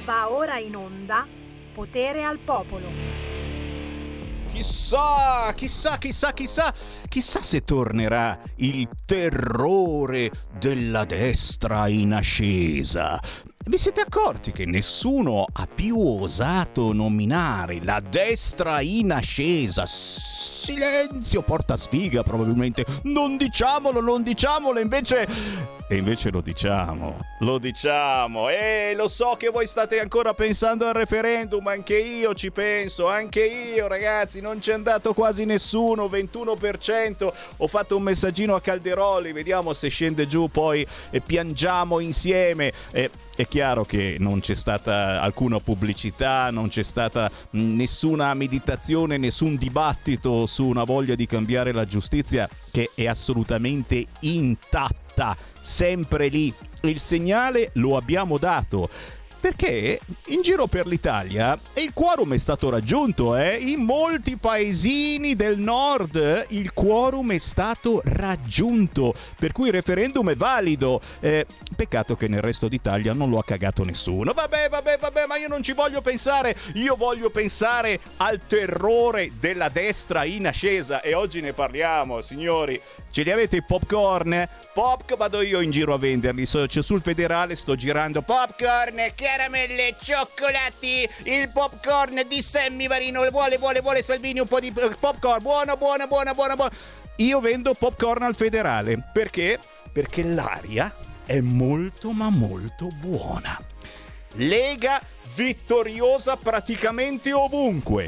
Va ora in onda Potere al Popolo. Chissà se tornerà il terrore della destra in ascesa. Vi siete accorti che nessuno ha più osato nominare la destra in ascesa? Silenzio, porta sfiga probabilmente. Non diciamolo, invece lo diciamo. E lo so che voi state ancora pensando al referendum, anche io ci penso, ragazzi, non c'è andato quasi nessuno, 21%. Ho fatto un messaggino a Calderoli, vediamo se scende giù poi e piangiamo insieme. È chiaro che non c'è stata alcuna pubblicità, non c'è stata nessuna meditazione, nessun dibattito su una voglia di cambiare la giustizia che è assolutamente intatta, sempre lì. Il segnale lo abbiamo dato. Perché in giro per l'Italia il quorum è stato raggiunto, in molti paesini del nord il quorum è stato raggiunto, per cui il referendum è valido. Peccato che nel resto d'Italia non lo ha cagato nessuno. Vabbè, ma io non ci voglio pensare, io voglio pensare al terrore della destra in ascesa e oggi ne parliamo, signori. Ce li avete i popcorn? Vado io in giro a venderli, sul Federale sto girando popcorn, caramelle, cioccolati, il popcorn di Sammy Varino, vuole Salvini un po' di popcorn, buono. Io vendo popcorn al Federale, perché? Perché l'aria è molto ma molto buona. Lega vittoriosa praticamente ovunque.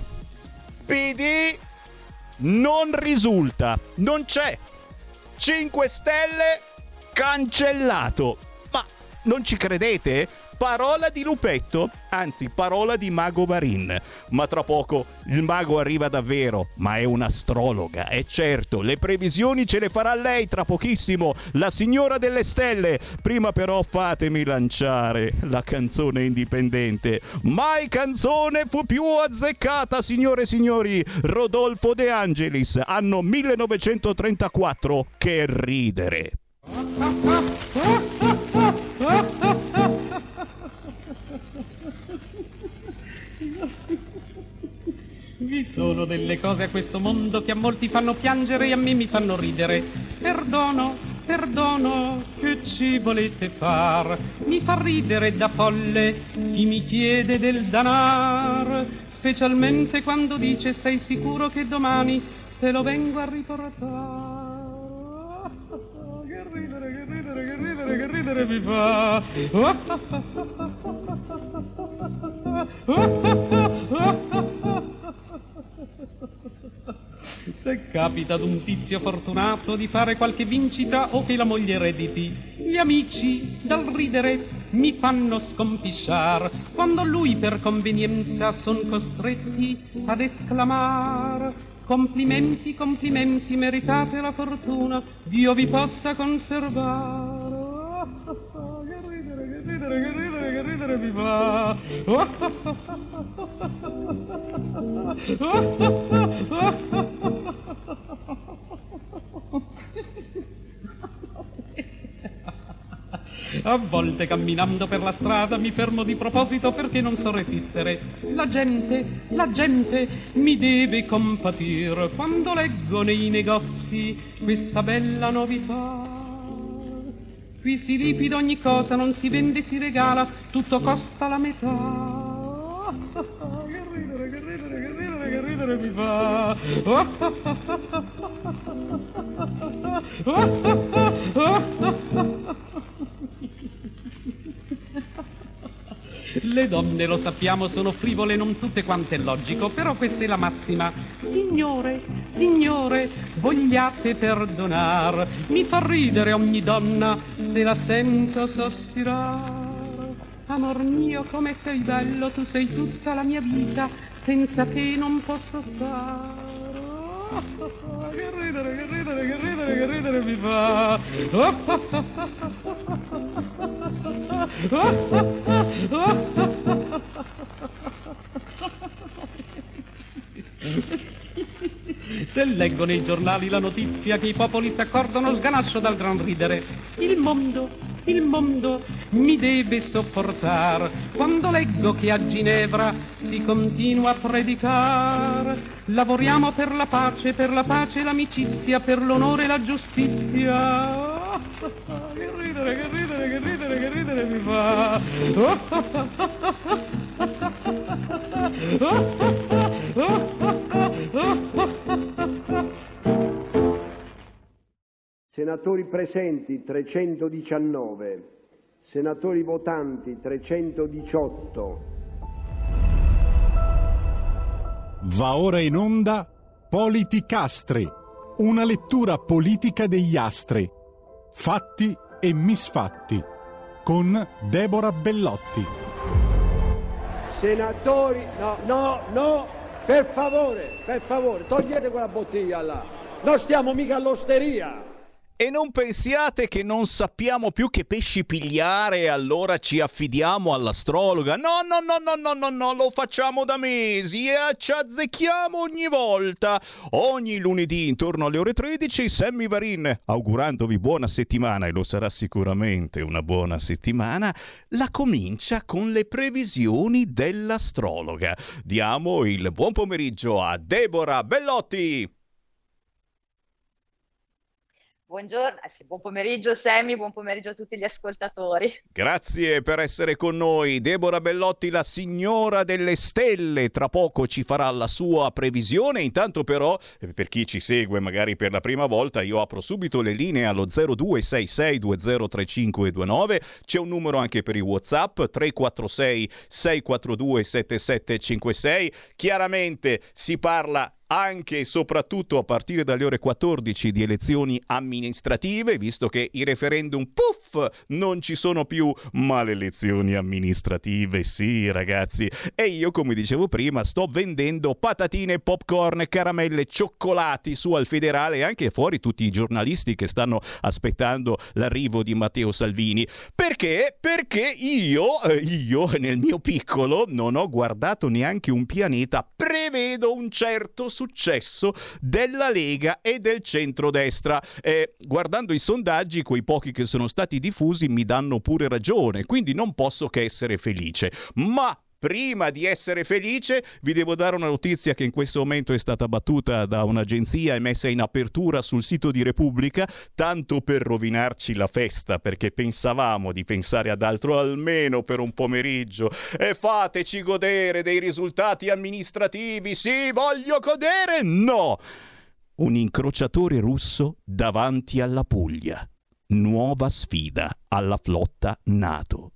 PD non risulta, non c'è. 5 Stelle cancellato. Ma non ci credete? Parola di Lupetto, anzi parola di Mago Marin. Ma tra poco il mago arriva davvero, ma è un'astrologa, è certo, le previsioni ce le farà lei tra pochissimo, la signora delle stelle. Prima però fatemi lanciare la canzone indipendente. Mai canzone fu più azzeccata, signore e signori. Rodolfo De Angelis, anno 1934, che ridere. Vi sono delle cose a questo mondo che a molti fanno piangere e a me mi fanno ridere. Perdono, che ci volete far? Mi fa ridere da folle chi mi chiede del danar, specialmente quando dice stai sicuro che domani te lo vengo a riportare. Che ridere mi fa. Se capita ad un tizio fortunato di fare qualche vincita o che la moglie erediti, gli amici dal ridere mi fanno scompisciar, quando lui per convenienza son costretti ad esclamar: complimenti, meritate la fortuna, Dio vi possa conservare. Che ridere mi fa. A volte camminando per la strada mi fermo di proposito perché non so resistere. La gente mi deve compatir quando leggo nei negozi questa bella novità. Qui si ripida ogni cosa, non si vende, si regala, tutto costa la metà. Che ridere mi fa. Le donne, lo sappiamo, sono frivole, non tutte quante, è logico, però questa è la massima. Signore, vogliate perdonar, mi fa ridere ogni donna se la sento sospirare. Amor mio, come sei bello, tu sei tutta la mia vita, senza te non posso stare. Che ridere mi fa. Se leggo nei giornali la notizia che i popoli s'accordano, sganascio dal gran ridere. Il mondo il mondo mi deve sopportar. Quando leggo che a Ginevra si continua a predicar, lavoriamo per la pace e l'amicizia, per l'onore e la giustizia. Che ridere, che ridere, che ridere, che ridere mi fa. Senatori presenti 319, senatori votanti 318. Va ora in onda Politicastri, una lettura politica degli astri, fatti e misfatti, con Deborah Bellotti. Senatori, no, per favore, togliete quella bottiglia là, non stiamo mica all'osteria. E non pensiate che non sappiamo più che pesci pigliare e allora ci affidiamo all'astrologa. No, lo facciamo da mesi e ci azzecchiamo ogni volta. Ogni lunedì intorno alle ore 13 Sammy Varin, augurandovi buona settimana, e lo sarà sicuramente una buona settimana, la comincia con le previsioni dell'astrologa. Diamo il buon pomeriggio a Deborah Bellotti. Buongiorno, buon pomeriggio Sammy, buon pomeriggio a tutti gli ascoltatori. Grazie per essere con noi. Deborah Bellotti, la signora delle stelle, tra poco ci farà la sua previsione. Intanto però, per chi ci segue magari per la prima volta, io apro subito le linee allo 0266203529. C'è un numero anche per i WhatsApp, 346 642 7756. Chiaramente si parla anche e soprattutto a partire dalle ore 14 di elezioni amministrative, visto che i referendum non ci sono più, ma le elezioni amministrative sì, ragazzi. E io, come dicevo prima, sto vendendo patatine, popcorn, caramelle, cioccolati su al Federale e anche fuori tutti i giornalisti che stanno aspettando l'arrivo di Matteo Salvini. Perché? Perché io nel mio piccolo non ho guardato neanche un pianeta, prevedo un certo successo della Lega e del centrodestra. Guardando i sondaggi, quei pochi che sono stati diffusi mi danno pure ragione, quindi non posso che essere felice. Ma prima di essere felice vi devo dare una notizia che in questo momento è stata battuta da un'agenzia e messa in apertura sul sito di Repubblica, tanto per rovinarci la festa, perché pensavamo di pensare ad altro almeno per un pomeriggio. E fateci godere dei risultati amministrativi. Sì, voglio godere. No! Un incrociatore russo davanti alla Puglia. Nuova sfida alla flotta NATO.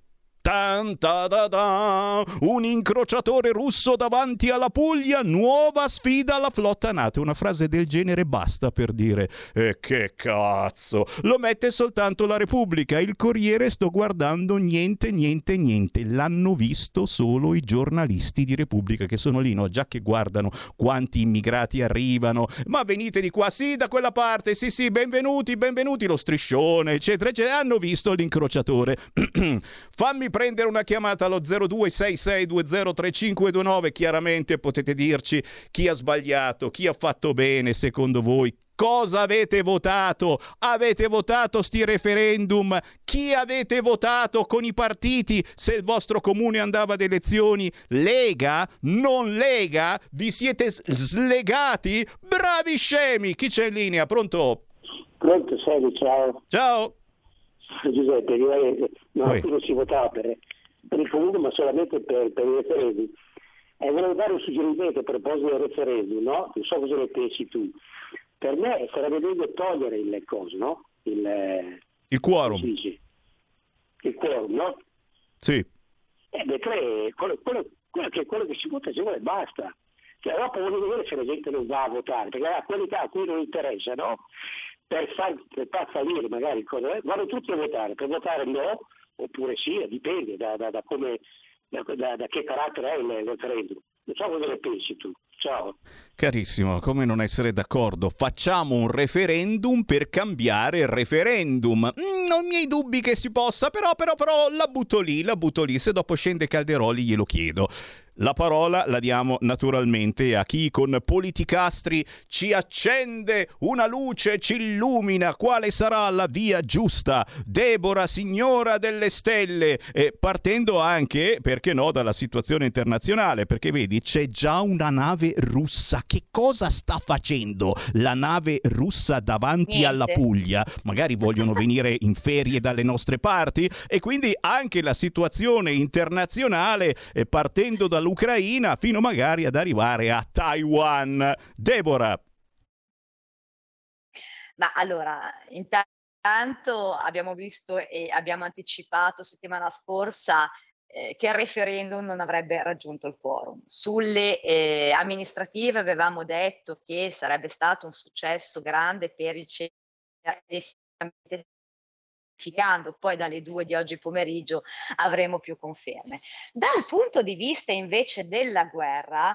Un incrociatore russo davanti alla Puglia, nuova sfida alla flotta NATO. Una frase del genere basta per dire che cazzo. Lo mette soltanto la Repubblica. Il Corriere sto guardando niente. L'hanno visto solo i giornalisti di Repubblica, che sono lì, no? Già che guardano quanti immigrati arrivano. Ma venite di qua, sì, da quella parte, sì, benvenuti, lo striscione, eccetera. Hanno visto l'incrociatore. Fammi prendere una chiamata allo 0266203529. Chiaramente potete dirci chi ha sbagliato, chi ha fatto bene secondo voi. Cosa avete votato? Avete votato sti referendum? Chi avete votato con i partiti se il vostro comune andava ad elezioni? Lega? Non Lega? Vi siete slegati? Bravi scemi! Chi c'è in linea? Pronto? Pronto, Sergio, ciao. Ciao. Giuseppe, qui non si votava per il comune, ma solamente per i referendum. E volevo dare un suggerimento a proposito del referendum, no? Non so cosa ne pensi tu. Per me sarebbe meglio togliere il coso, no? Il quorum. Il quorum, no? Sì. Quello che si vota si vuole e basta. Cioè, dopo voglio vedere se la gente non va a votare, perché a quelli a cui non interessa, no? Per far fallire magari cosa, vanno tutti a votare, per votare no, oppure sì, dipende da che carattere è il referendum. Non so cosa ne pensi tu. Ciao. Carissimo, come non essere d'accordo? Facciamo un referendum per cambiare il referendum. Non miei dubbi che si possa, però la butto lì. Se dopo scende Calderoli glielo chiedo. la parola la diamo naturalmente a chi con Politicastri ci accende una luce, ci illumina quale sarà la via giusta. Deborah, signora delle stelle, partendo anche, perché no, dalla situazione internazionale, perché vedi c'è già una nave russa. Che cosa sta facendo la nave russa davanti Niente. alla Puglia? Magari vogliono venire in ferie dalle nostre parti, e quindi anche la situazione internazionale, partendo dall'Ucraina fino magari ad arrivare a Taiwan. Deborah. Ma allora, intanto abbiamo visto e abbiamo anticipato settimana scorsa che il referendum non avrebbe raggiunto il quorum. Sulle amministrative avevamo detto che sarebbe stato un successo grande per il verificando, poi dalle 2 di oggi pomeriggio avremo più conferme. Dal punto di vista invece della guerra,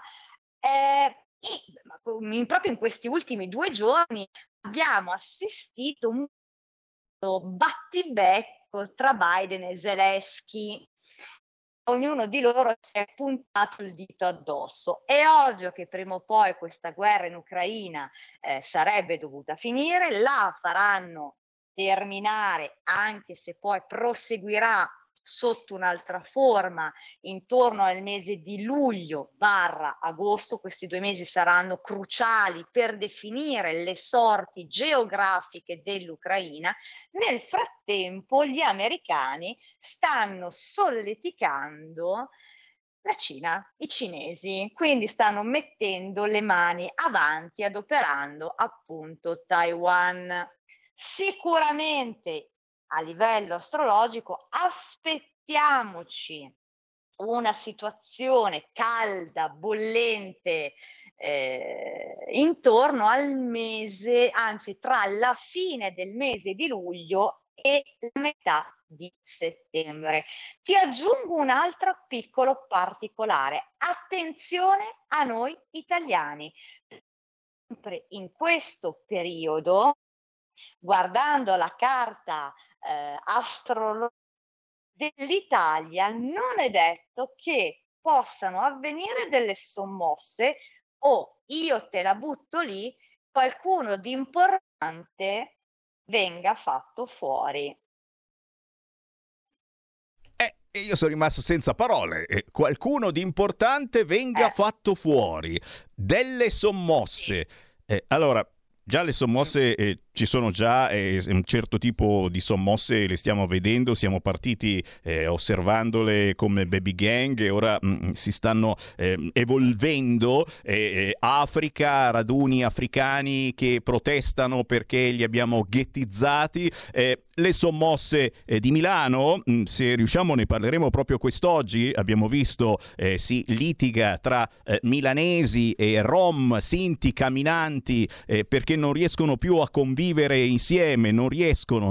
proprio in questi ultimi 2 giorni abbiamo assistito un battibecco tra Biden e Zelensky. Ognuno di loro si è puntato il dito addosso. È ovvio che prima o poi questa guerra in Ucraina sarebbe dovuta finire, la faranno terminare, anche se poi proseguirà sotto un'altra forma intorno al mese di luglio/agosto. Questi 2 mesi saranno cruciali per definire le sorti geografiche dell'Ucraina. Nel frattempo gli americani stanno solleticando la Cina, i cinesi, quindi stanno mettendo le mani avanti, adoperando appunto Taiwan. Sicuramente a livello astrologico aspettiamoci una situazione calda, bollente intorno al mese, anzi tra la fine del mese di luglio e la metà di settembre. Ti aggiungo un altro piccolo particolare. Attenzione a noi italiani. Sempre in questo periodo, guardando la carta astrologica dell'Italia, non è detto che possano avvenire delle sommosse o, io te la butto lì, qualcuno di importante venga fatto fuori. E io sono rimasto senza parole. Qualcuno di importante venga fatto fuori. Delle sommosse. Allora, già le sommosse ci sono già, un certo tipo di sommosse le stiamo vedendo, siamo partiti osservandole come baby gang e ora si stanno evolvendo. Africa, raduni africani che protestano perché li abbiamo ghettizzati. Le sommosse di Milano, se riusciamo ne parleremo proprio quest'oggi. Abbiamo visto si litiga tra milanesi e rom, sinti, camminanti, perché non riescono più a convivere insieme, non riescono.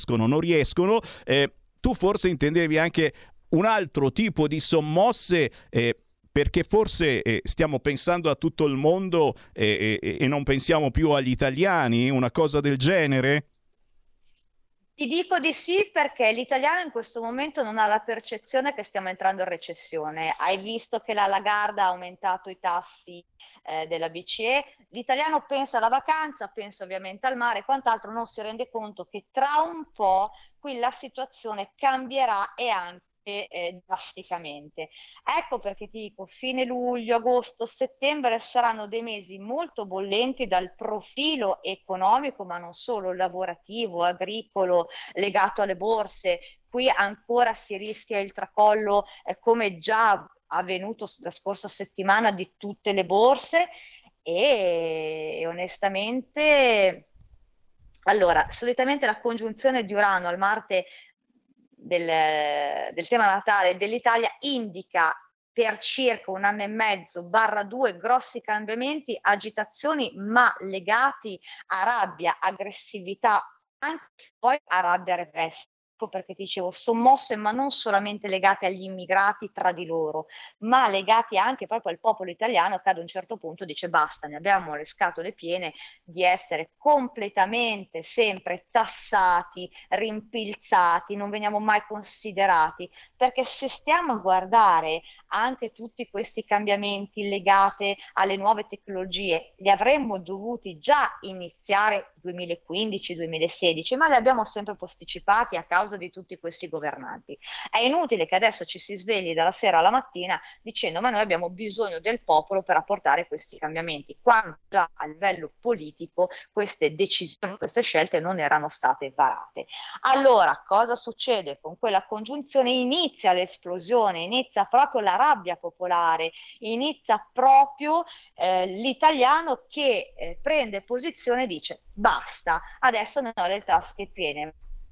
Tu forse intendevi anche un altro tipo di sommosse, perché forse stiamo pensando a tutto il mondo e non pensiamo più agli italiani, una cosa del genere? Ti dico di sì, perché l'italiano in questo momento non ha la percezione che stiamo entrando in recessione. Hai visto che la Lagarde ha aumentato i tassi della BCE. L'italiano pensa alla vacanza, pensa ovviamente al mare e quant'altro, non si rende conto che tra un po' qui la situazione cambierà, e anche drasticamente. Ecco perché ti dico, fine luglio, agosto, settembre saranno dei mesi molto bollenti dal profilo economico, ma non solo, lavorativo, agricolo, legato alle borse. Qui ancora si rischia il tracollo, come già avvenuto la scorsa settimana, di tutte le borse. E onestamente, allora, solitamente la congiunzione di Urano al Marte del tema natale dell'Italia indica per circa 1 anno e mezzo/2 grossi cambiamenti, agitazioni, ma legati a rabbia, aggressività, anche se poi a rabbia repressa. perché ti dicevo, sommosse ma non solamente legate agli immigrati tra di loro, ma legati anche proprio al popolo italiano che ad un certo punto dice basta, ne abbiamo le scatole piene di essere completamente sempre tassati, rimpilzati, non veniamo mai considerati, perché se stiamo a guardare anche tutti questi cambiamenti legati alle nuove tecnologie, li avremmo dovuti già iniziare 2015-2016, ma li abbiamo sempre posticipati a causa di tutti questi governanti. È inutile che adesso ci si svegli dalla sera alla mattina dicendo ma noi abbiamo bisogno del popolo per apportare questi cambiamenti, quando già a livello politico queste decisioni, queste scelte non erano state varate. Allora cosa succede? Con quella congiunzione inizia l'esplosione, inizia proprio la rabbia popolare, inizia proprio l'italiano che prende posizione e dice basta, adesso ne ho le tasche piene.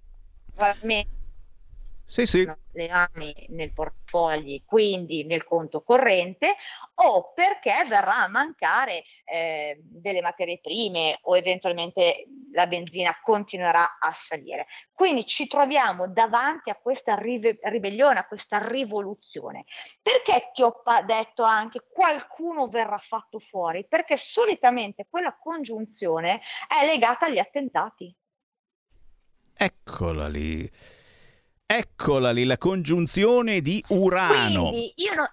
Sì. Le mani nel portafogli, quindi nel conto corrente, o perché verrà a mancare delle materie prime o eventualmente la benzina continuerà a salire. Quindi ci troviamo davanti a questa ribellione, a questa rivoluzione. Perché ti ho detto anche qualcuno verrà fatto fuori? Perché solitamente quella congiunzione è legata agli attentati. Eccola lì, la congiunzione di Urano. Quindi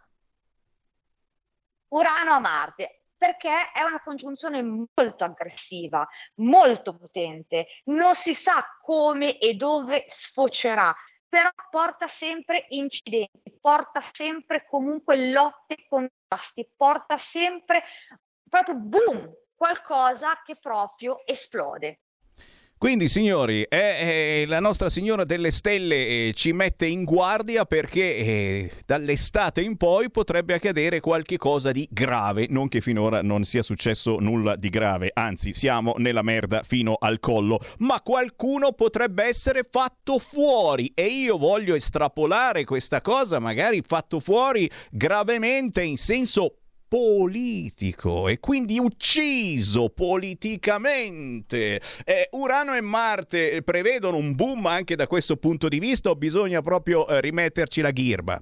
Urano a Marte, perché è una congiunzione molto aggressiva, molto potente, non si sa come e dove sfocerà, però porta sempre incidenti, porta sempre comunque lotte, contrasti, porta sempre proprio boom, qualcosa che proprio esplode. Quindi signori, la Nostra Signora delle Stelle ci mette in guardia perché dall'estate in poi potrebbe accadere qualche cosa di grave, non che finora non sia successo nulla di grave, anzi siamo nella merda fino al collo, ma qualcuno potrebbe essere fatto fuori e io voglio estrapolare questa cosa, magari fatto fuori gravemente in senso politico e quindi ucciso politicamente. Urano e Marte prevedono un boom anche da questo punto di vista o bisogna proprio rimetterci la ghirba?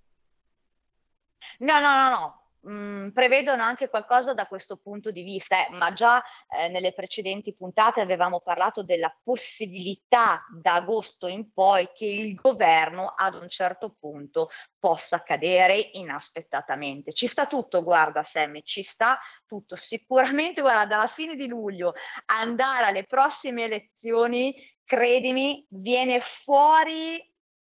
No. Prevedono anche qualcosa da questo punto di vista, ma già nelle precedenti puntate avevamo parlato della possibilità da agosto in poi che il governo ad un certo punto possa cadere inaspettatamente. Ci sta tutto, guarda Sammy, ci sta tutto. Sicuramente, guarda, dalla fine di luglio andare alle prossime elezioni, credimi, viene fuori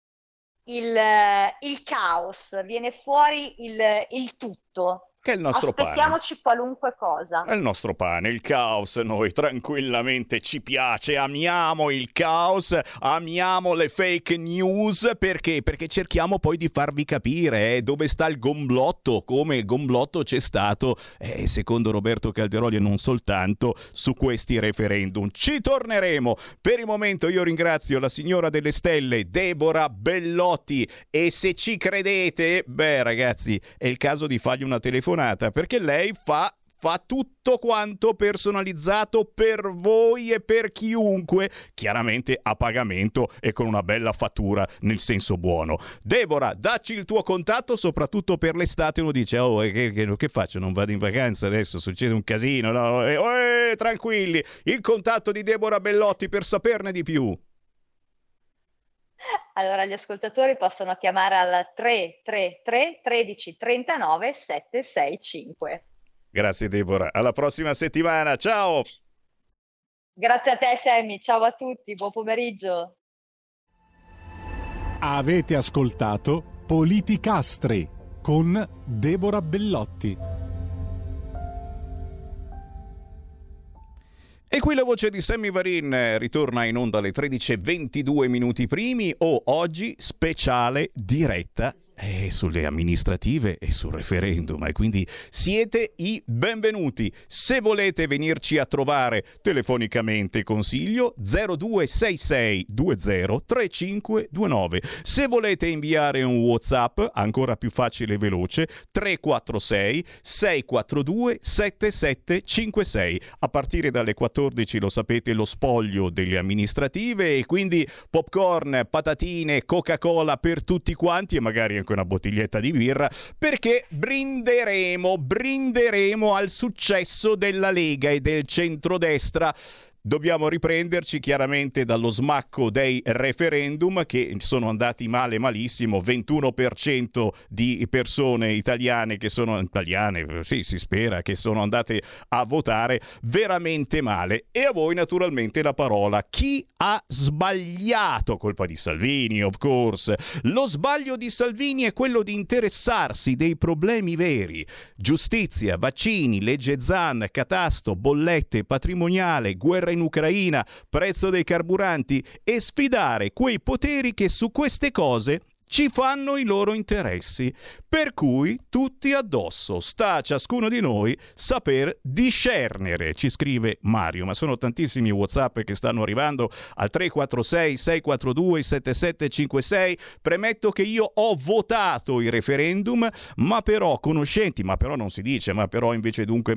il caos, viene fuori il tutto. Che è il nostro Aspettiamoci qualunque cosa. È il nostro pane, il caos, noi tranquillamente ci piace, amiamo il caos, amiamo le fake news, perché? Perché cerchiamo poi di farvi capire dove sta il gomblotto, come il gomblotto c'è stato, secondo Roberto Calderoli e non soltanto, su questi referendum. Ci torneremo, per il momento io ringrazio la signora delle stelle, Deborah Bellotti, e se ci credete, beh ragazzi, è il caso di fargli una telefonata, perché lei fa tutto quanto personalizzato per voi e per chiunque, chiaramente a pagamento e con una bella fattura nel senso buono. Deborah, dacci il tuo contatto, soprattutto per l'estate. Uno dice che faccio, non vado in vacanza adesso, succede un casino, no? Tranquilli, il contatto di Deborah Bellotti per saperne di più. Allora gli ascoltatori possono chiamare al 333 13 39 765. Grazie Deborah, alla prossima settimana, ciao! Grazie a te Sammy, ciao a tutti, buon pomeriggio. Avete ascoltato Politicastri con Deborah Bellotti. E qui la voce di Sammy Varin ritorna in onda alle 13:22 minuti primi, oggi speciale diretta sulle amministrative e sul referendum, e quindi siete i benvenuti. Se volete venirci a trovare telefonicamente, consiglio 0266 20 3529. Se volete inviare un WhatsApp, ancora più facile e veloce, 346 642 7756. A partire dalle 14, lo sapete, lo spoglio delle amministrative, e quindi popcorn, patatine, Coca-Cola per tutti quanti, e magari anche una bottiglietta di birra, perché brinderemo al successo della Lega e del centrodestra. Dobbiamo riprenderci chiaramente dallo smacco dei referendum, che sono andati male, malissimo. 21% di persone italiane che sono italiane, sì, si spera, che sono andate a votare veramente male. E a voi naturalmente la parola. Chi ha sbagliato? Colpa di Salvini, of course. Lo sbaglio di Salvini è quello di interessarsi dei problemi veri: giustizia, vaccini, legge Zan, catasto, bollette, patrimoniale, guerra in Ucraina, prezzo dei carburanti, e sfidare quei poteri che su queste cose ci fanno i loro interessi. Per cui tutti addosso, sta a ciascuno di noi saper discernere, ci scrive Mario. Ma sono tantissimi WhatsApp che stanno arrivando al 346 642 7756. Premetto che io ho votato il referendum, ma però conoscenti, ma però non si dice, ma però invece dunque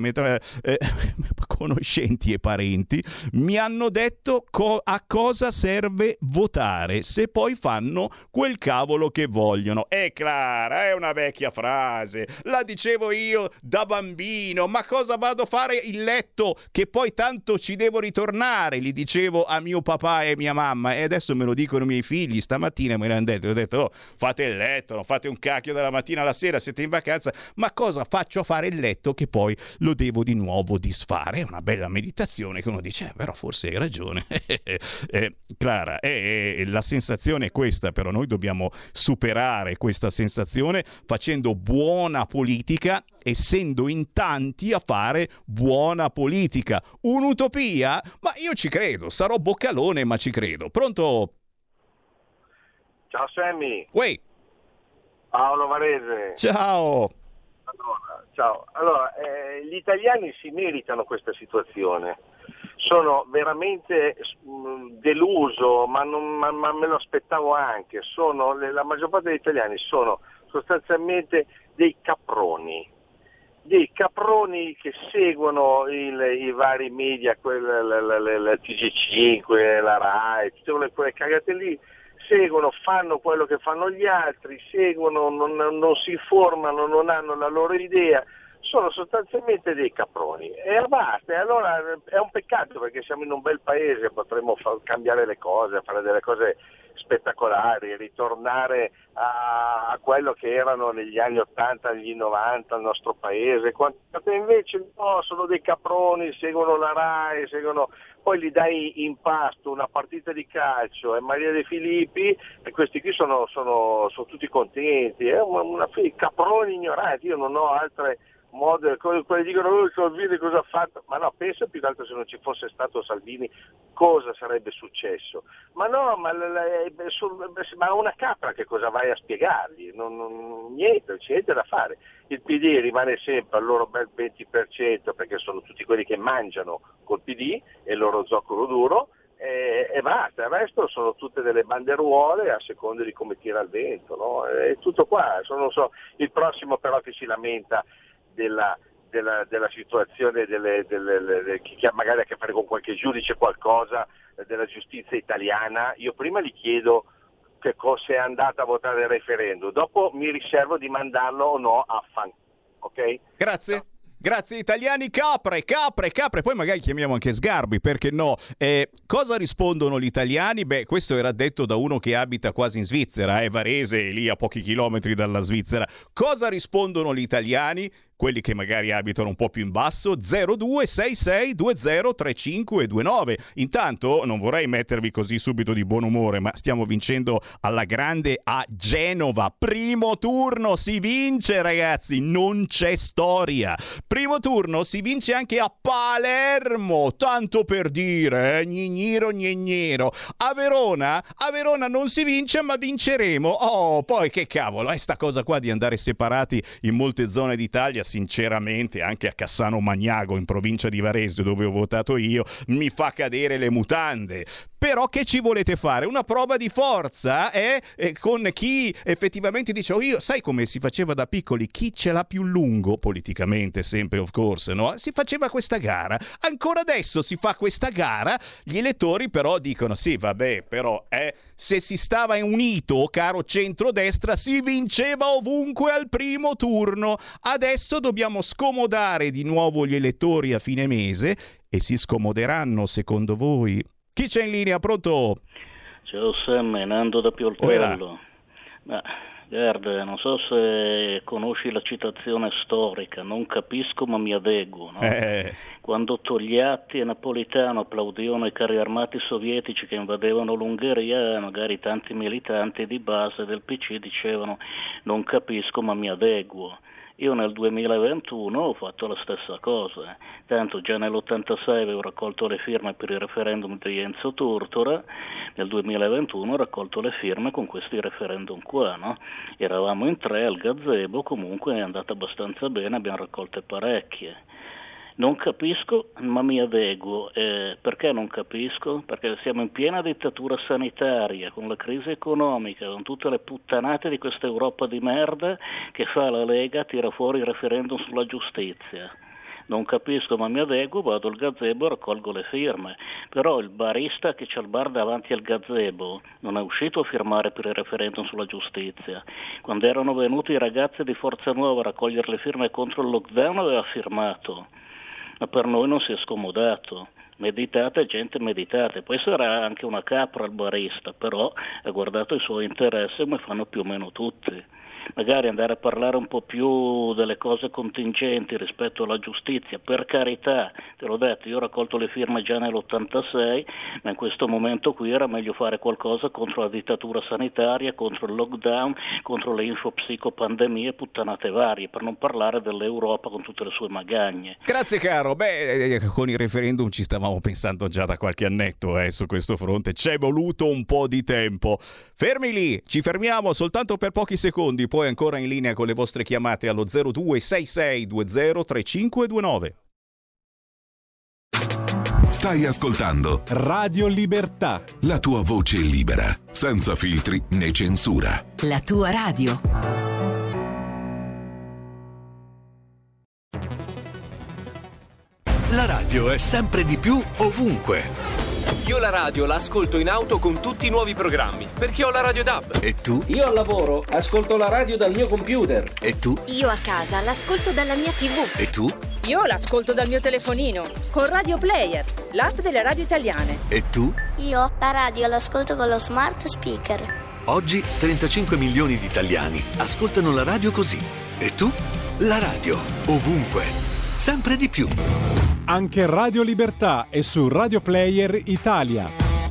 conoscenti e parenti mi hanno detto a cosa serve votare se poi fanno quel cavolo che vogliono. È Clara, è una vecchia frase, la dicevo io da bambino. Ma cosa vado a fare il letto, che poi tanto ci devo ritornare, li dicevo a mio papà e mia mamma, e adesso me lo dicono i miei figli. Stamattina me l'hanno detto, ho detto: oh, fate il letto, non fate un cacchio dalla mattina alla sera, siete in vacanza. Ma cosa faccio a fare il letto che poi lo devo di nuovo disfare? È una bella meditazione che uno dice, però forse hai ragione. Clara, la sensazione è questa, però noi dobbiamo superare questa sensazione facendo buona politica, essendo in tanti a fare buona politica. Un'utopia? Ma io ci credo, sarò boccalone, ma ci credo. Pronto? Ciao Sammy. Uè. Paolo Varese. Ciao. Ciao. Allora, gli italiani si meritano questa situazione. Sono veramente deluso, ma me lo aspettavo anche. La maggior parte degli italiani sono sostanzialmente dei caproni che seguono i vari media, la TG5, la Rai, tutte quelle cagate lì, seguono, fanno quello che fanno gli altri, seguono, non si informano, non hanno la loro idea. Sono sostanzialmente dei caproni, e basta. E allora è un peccato, perché siamo in un bel paese, potremmo cambiare le cose, fare delle cose spettacolari, ritornare a quello che erano negli anni 80, negli 90 il nostro paese. Invece no, sono dei caproni, seguono la Rai, poi gli dai in pasto una partita di calcio e Maria De Filippi, e questi qui sono tutti contenti. È una caproni ignoranti. Io non ho altre modo, quelli dicono Salvini cosa ha fatto, ma no, pensa più che altro se non ci fosse stato Salvini cosa sarebbe successo. Ma no, ma una capra che cosa vai a spiegargli? Niente, non c'è niente da fare. Il PD rimane sempre al loro bel 20%, perché sono tutti quelli che mangiano col PD e il loro zoccolo duro, e basta. Il resto sono tutte delle banderuole a seconda di come tira il vento, no? È tutto qua. Il prossimo però che si lamenta della situazione che magari ha a che fare con qualche giudice, qualcosa della giustizia italiana, io prima gli chiedo che se è andata a votare il referendum, dopo mi riservo di mandarlo o no a ok? Grazie. No. Grazie italiani, capre, poi magari chiamiamo anche Sgarbi, perché no? Cosa rispondono gli italiani? Beh, questo era detto da uno che abita quasi in Svizzera, Varese, lì a pochi chilometri dalla Svizzera. Cosa rispondono gli italiani? quelli che magari abitano un po' più in basso, 0266203529. Intanto non vorrei mettervi così subito di buon umore, ma stiamo vincendo alla grande a Genova. Primo turno si vince, ragazzi, non c'è storia. Primo turno si vince anche a Palermo, tanto per dire, gnignero. A Verona non si vince, ma vinceremo. Oh, poi che cavolo, sta cosa qua di andare separati in molte zone d'Italia, sinceramente, anche a Cassano Magnago, in provincia di Varese, dove ho votato io, mi fa cadere le mutande. Però che ci volete fare? Una prova di forza, con chi effettivamente dice, io, sai come si faceva da piccoli? Chi ce l'ha più lungo, politicamente sempre, of course, no? Si faceva questa gara. Ancora adesso si fa questa gara. Gli elettori però dicono, sì, vabbè, però, se si stava unito, caro centrodestra, si vinceva ovunque al primo turno. Adesso dobbiamo scomodare di nuovo gli elettori a fine mese, e si scomoderanno, secondo voi? Chi c'è in linea? Pronto? Ciao Sam, Nando da Pioltello. Ma guarda, non so se conosci la citazione storica, non capisco ma mi adeguo, no? Quando Togliatti e Napolitano applaudivano i carri armati sovietici che invadevano l'Ungheria, magari tanti militanti di base del PC dicevano non capisco ma mi adeguo. Io nel 2021 ho fatto la stessa cosa, tanto già nell'86 avevo raccolto le firme per il referendum di Enzo Tortora, nel 2021 ho raccolto le firme con questi referendum qua, no? Eravamo in 3 al gazebo, comunque è andata abbastanza bene, abbiamo raccolte parecchie. Non capisco, ma mi adeguo. Perché non capisco? Perché siamo in piena dittatura sanitaria, con la crisi economica, con tutte le puttanate di questa Europa di merda che fa la Lega, tira fuori il referendum sulla giustizia. Non capisco, ma mi adeguo, vado al gazebo e raccolgo le firme. Però il barista che c'ha il bar davanti al gazebo non è uscito a firmare per il referendum sulla giustizia. Quando erano venuti i ragazzi di Forza Nuova a raccogliere le firme contro il lockdown aveva firmato. Ma per noi non si è scomodato. Meditate, gente, meditate. Poi sarà anche una capra il barista, però ha guardato i suoi interessi come fanno più o meno tutti. Magari andare a parlare un po' più delle cose contingenti rispetto alla giustizia, per carità, te l'ho detto, io ho raccolto le firme già nell'86, ma in questo momento qui era meglio fare qualcosa contro la dittatura sanitaria, contro il lockdown, contro le infopsicopandemie, puttanate varie, per non parlare dell'Europa con tutte le sue magagne. Grazie caro, con il referendum ci stavamo pensando già da qualche annetto su questo fronte, c'è voluto un po' di tempo. Fermi lì, ci fermiamo soltanto per pochi secondi, poi ancora in linea con le vostre chiamate allo 0266203529. Stai ascoltando Radio Libertà, la tua voce libera, senza filtri né censura. La tua radio. La radio è sempre di più ovunque. Io la radio la ascolto in auto con tutti i nuovi programmi, perché ho la radio DAB. E tu? Io al lavoro ascolto la radio dal mio computer. E tu? Io a casa l'ascolto dalla mia TV. E tu? Io l'ascolto dal mio telefonino, con Radio Player, l'app delle radio italiane. E tu? Io la radio l'ascolto con lo smart speaker. Oggi 35 milioni di italiani ascoltano la radio così. E tu? La radio, ovunque, sempre di più. Anche Radio Libertà è su Radio Player Italia.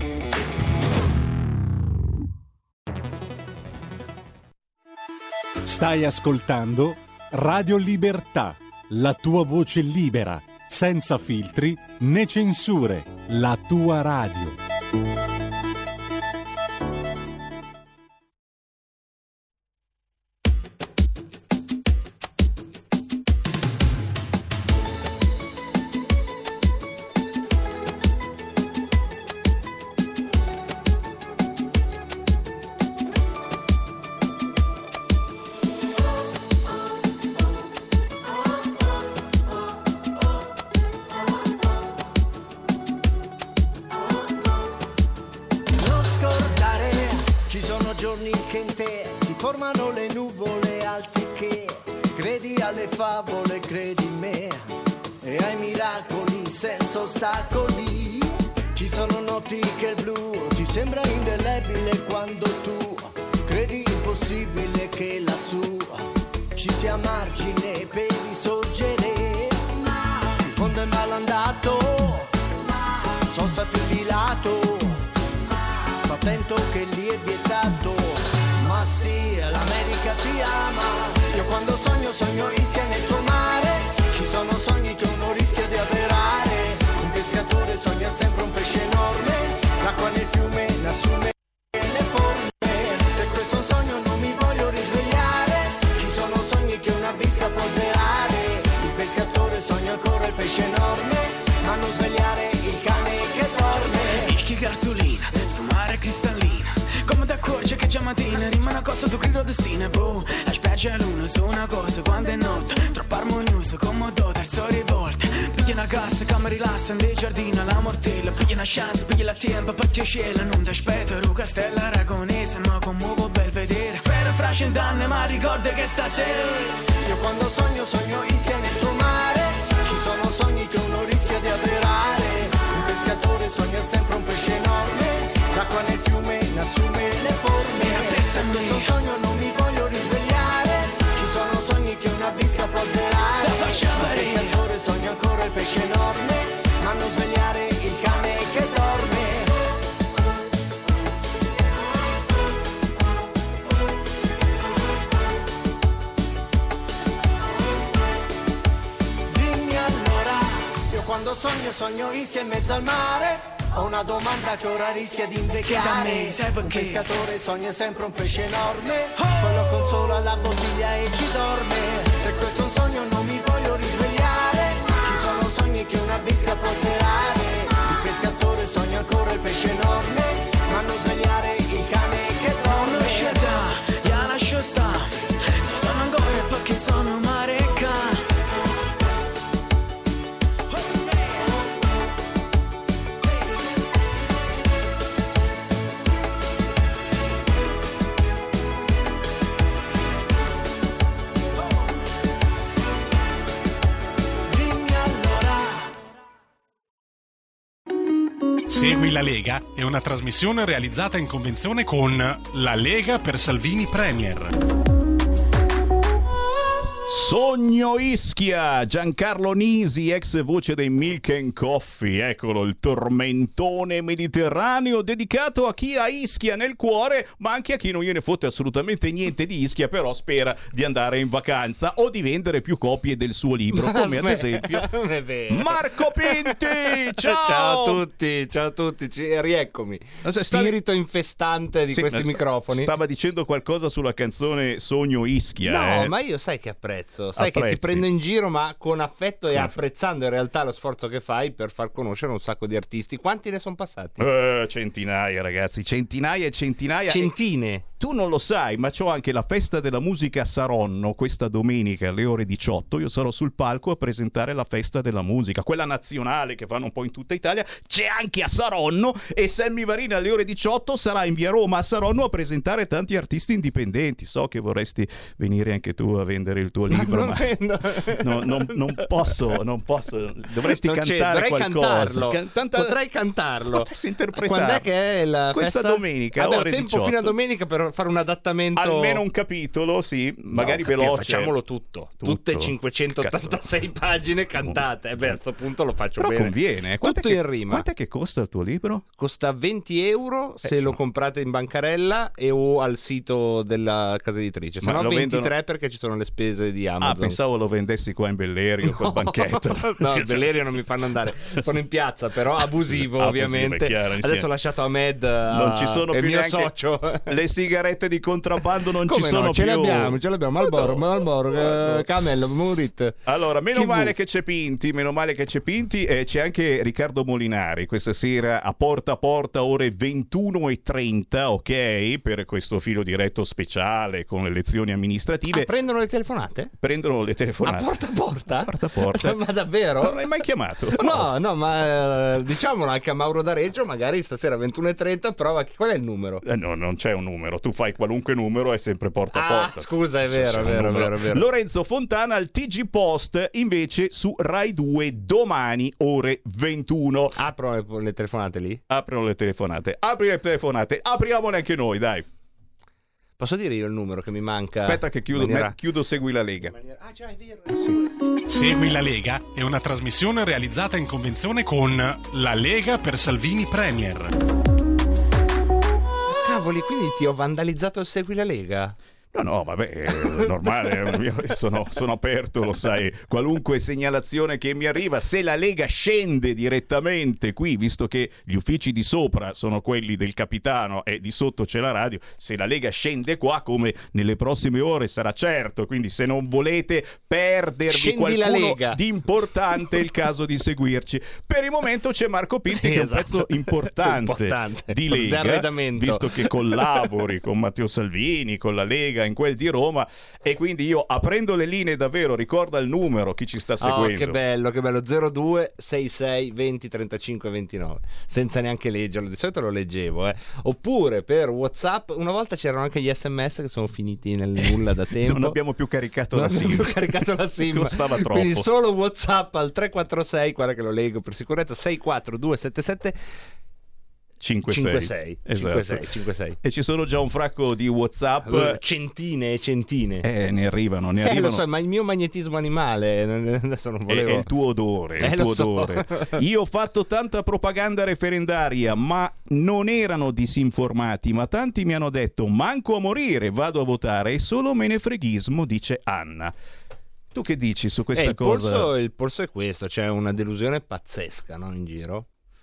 Stai ascoltando Radio Libertà, la tua voce libera, senza filtri né censure, la tua radio. Ostacoli, ci sono notti che il blu ti sembra indelebile quando tu credi impossibile che lassù ci sia margine per i sogni pesce enorme, ma non svegliare il cane che dorme. Ischi cartolina, sto mare cristallina, come ti accorgi che già mattina rimane una cosa tu grido destino. Boh, la spiaggia è luna su una cosa quando è notte, troppo armoniosa come do terzo rivolta. Piglia una cassa che mi rilassa in giardino la mortella, piglia una chance, piglia la tempo per piacere, non ti aspetto Lu Castello aragonese, ma commuovo bel vedere. Per fra 100 anni ma ricorda che stasera io quando sogno Ischia nel suo mare, ci sono sogni che uno rischia di avverare. Un pescatore sogna sempre un pesce enorme, l'acqua nel fiume ne assume le forme. Se questo sogno non mi voglio risvegliare, ci sono sogni che una bisca può avverare. Un pescatore sogna ancora il pesce enorme, ma non svegliare il cane che dorme. Dimmi allora, io quando sogno Ischia in mezzo al mare. Ho una domanda che ora rischia di invecchiare. Un pescatore sogna sempre un pesce enorme, poi lo consola alla bottiglia e ci dorme. Se questo è un sogno non mi voglio risvegliare, ci sono sogni che una bisca può avverare. Il pescatore sogna ancora il pesce enorme, ma non svegliare il cane che dorme. Ya lascio sta, se sono ancora perché sono marecca. Segui la Lega è una trasmissione realizzata in convenzione con La Lega per Salvini Premier. Sogno Ischia, Giancarlo Nisi, ex voce dei Milk and Coffee, eccolo il tormentone mediterraneo dedicato a chi ha Ischia nel cuore, ma anche a chi non gliene fotte assolutamente niente di Ischia, però spera di andare in vacanza o di vendere più copie del suo libro, come ad esempio Marco Pinti. Ciao! Ciao a tutti, rieccomi. Spirito infestante di questi microfoni. Stava dicendo qualcosa sulla canzone Sogno Ischia. No, ma io sai che apprezzo. Sai che ti prendo in giro, ma con affetto e apprezzando in realtà lo sforzo che fai per far conoscere un sacco di artisti. Quanti ne sono passati? Centinaia, ragazzi, centinaia e centinaia. Centine. Tu non lo sai, ma c'ho anche la festa della musica a Saronno questa domenica alle ore 18. Io sarò sul palco a presentare la festa della musica, quella nazionale che fanno un po' in tutta Italia. C'è anche a Saronno, e Sammy Varin alle ore 18 sarà in via Roma a Saronno a presentare tanti artisti indipendenti. So che vorresti venire anche tu a vendere il tuo libro, ma non posso. Dovresti cantare qualcosa. Potrei cantarlo. Potresti interpretarlo. Quando è che è la questa festa? domenica? Ho ore tempo 18. fino a domenica per fare un adattamento. Almeno un capitolo, sì, magari veloce. Facciamolo tutto. Tutte 586 pagine cantate. A sto punto lo faccio però bene. Conviene. Tutto in rima. Quant'è che costa il tuo libro? Costa 20 euro se lo comprate in bancarella o al sito della casa editrice. Se no 23 vendono... perché ci sono le spese di Amazon. Pensavo lo vendessi qua in Bellerio col banchetto. No, in Bellerio non mi fanno andare. Sono in piazza, però abusivo ovviamente. Chiaro, adesso ho lasciato Ahmed, non ci sono più il mio socio. Le sigarette di contrabbando non come ci sono ce più. Ce l'abbiamo. Marlboro, Camel, Murit. Allora, meno male che c'è Pinti, e c'è anche Riccardo Molinari questa sera a Porta ore 21:30, ok, per questo filo diretto speciale con le elezioni amministrative. Prendono le telefonate? Prendono le telefonate. A porta? Porta. Ma davvero? Non l'hai mai chiamato? No, ma diciamolo anche a Mauro D'Areggio, magari stasera 21:30 prova. Qual è il numero? No, non c'è un numero, tu fai qualunque numero, è sempre porta a porta. Scusa, è vero. Lorenzo Fontana al TG Post invece su Rai 2 domani ore 21. Aprono le telefonate lì? Aprono le telefonate. Apri le telefonate, apriamole anche noi, dai. Posso dire io il numero che mi manca? Aspetta che chiudo Segui la Lega. Già, è vero. Sì. Segui la Lega è una trasmissione realizzata in convenzione con La Lega per Salvini Premier. Cavoli, quindi ti ho vandalizzato il Segui la Lega? No, vabbè, è normale, io sono aperto, lo sai, qualunque segnalazione che mi arriva, se la Lega scende direttamente qui, visto che gli uffici di sopra sono quelli del capitano e di sotto c'è la radio, se la Lega scende qua, come nelle prossime ore sarà certo, quindi se non volete perdervi Scendi qualcuno di importante è il caso di seguirci. Per il momento c'è Marco Pinti, che è un pezzo importante di Lega, visto che collabori con Matteo Salvini, con la Lega in quel di Roma, e quindi io, aprendo le linee, davvero ricorda il numero, chi ci sta seguendo. Che bello 02 66 20 35 29, senza neanche leggerlo, di solito lo leggevo, oppure per WhatsApp. Una volta c'erano anche gli SMS che sono finiti nel nulla da tempo, non abbiamo più caricato la SIM, costava troppo, quindi solo WhatsApp al 346, guarda che lo leggo per sicurezza, 64277 56. E ci sono già un fracco di WhatsApp, centine e centine. Ne arrivano. Lo so, ma il mio magnetismo animale adesso non volevo. È il tuo odore, odore. Io ho fatto tanta propaganda referendaria, ma non erano disinformati, ma tanti mi hanno detto manco a morire, vado a votare, è solo menefreghismo, dice Anna. Tu che dici su questa cosa? Il polso è questo, c'è una delusione pazzesca, no, in giro.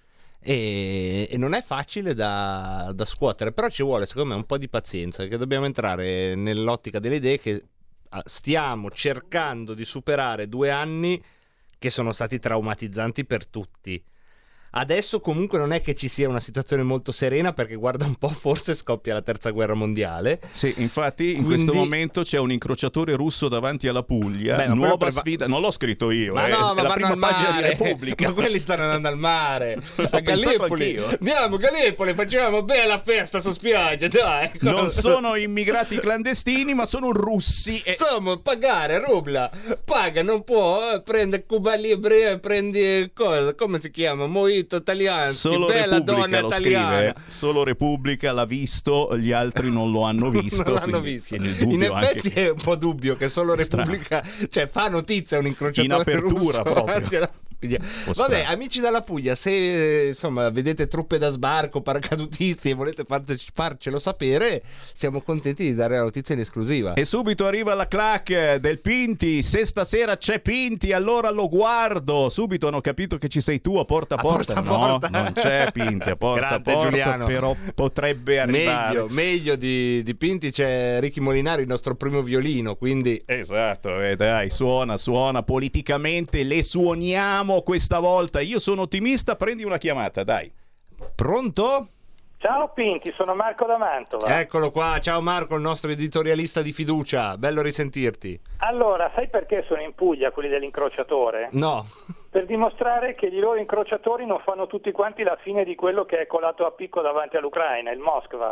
E non è facile da scuotere, però ci vuole secondo me un po' di pazienza, perché dobbiamo entrare nell'ottica delle idee che stiamo cercando di superare 2 anni che sono stati traumatizzanti per tutti. Adesso comunque non è che ci sia una situazione molto serena, perché guarda un po', forse scoppia la terza guerra mondiale. Sì, infatti in questo momento c'è un incrociatore russo davanti alla Puglia. Nuova sfida, non l'ho scritto io, ma no, è la prima pagina di Repubblica. Ma quelli stanno andando al mare, a Gallipoli. Andiamo a Gallipoli, facciamo bella festa su spiaggia, dai. Non sono immigrati clandestini, ma sono russi. Insomma, pagare rubla, paga, non può, prende Cuba Libre, prendi cosa, come si chiama? Mojito italiano, solo bella Repubblica donna lo italiana. Scrive, solo Repubblica l'ha visto, gli altri non lo hanno visto. Non l'hanno visto. In effetti è un po' dubbio che solo Repubblica, cioè fa notizia un incrociatore in apertura russo, proprio. Vabbè, amici dalla Puglia, se insomma vedete truppe da sbarco, paracadutisti e volete farcelo sapere, siamo contenti di dare la notizia in esclusiva. E subito arriva la clac del Pinti, se stasera c'è Pinti allora lo guardo. Subito hanno capito che ci sei tu a porta a porta. No, non c'è Pinti a porta a porta, Giuliano. Però potrebbe arrivare. Meglio di Pinti c'è Ricky Molinari, il nostro primo violino, quindi esatto, dai, suona politicamente, le suoniamo questa volta. Io sono ottimista, prendi una chiamata, dai. Pronto? Ciao Pinti, sono Marco da Mantova. Eccolo qua, ciao Marco, il nostro editorialista di fiducia, bello risentirti. Allora, sai perché sono in Puglia quelli dell'incrociatore? No. Per dimostrare che i loro incrociatori non fanno tutti quanti la fine di quello che è colato a picco davanti all'Ucraina, il Moskva.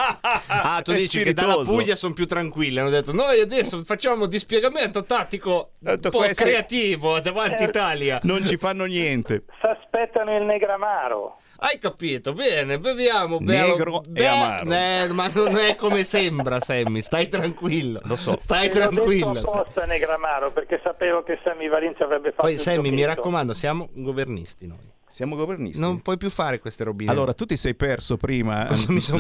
Ah, tu dici che dalla Puglia sono più tranquilli, hanno detto noi adesso facciamo dispiegamento tattico un po' creativo davanti Italia. Non ci fanno niente. S'aspettano il Negramaro. Hai capito? Bene, beviamo negro e amaro. Ma non è come sembra, Sammy, stai tranquillo. Lo so. Stai tranquillo. L'ho detto apposta Negramaro perché sapevo che Sammy Varin ci avrebbe fatto. Poi Sammy, mi raccomando, siamo governisti noi. Siamo governisti. Non puoi più fare queste robine. Allora, tu ti sei perso prima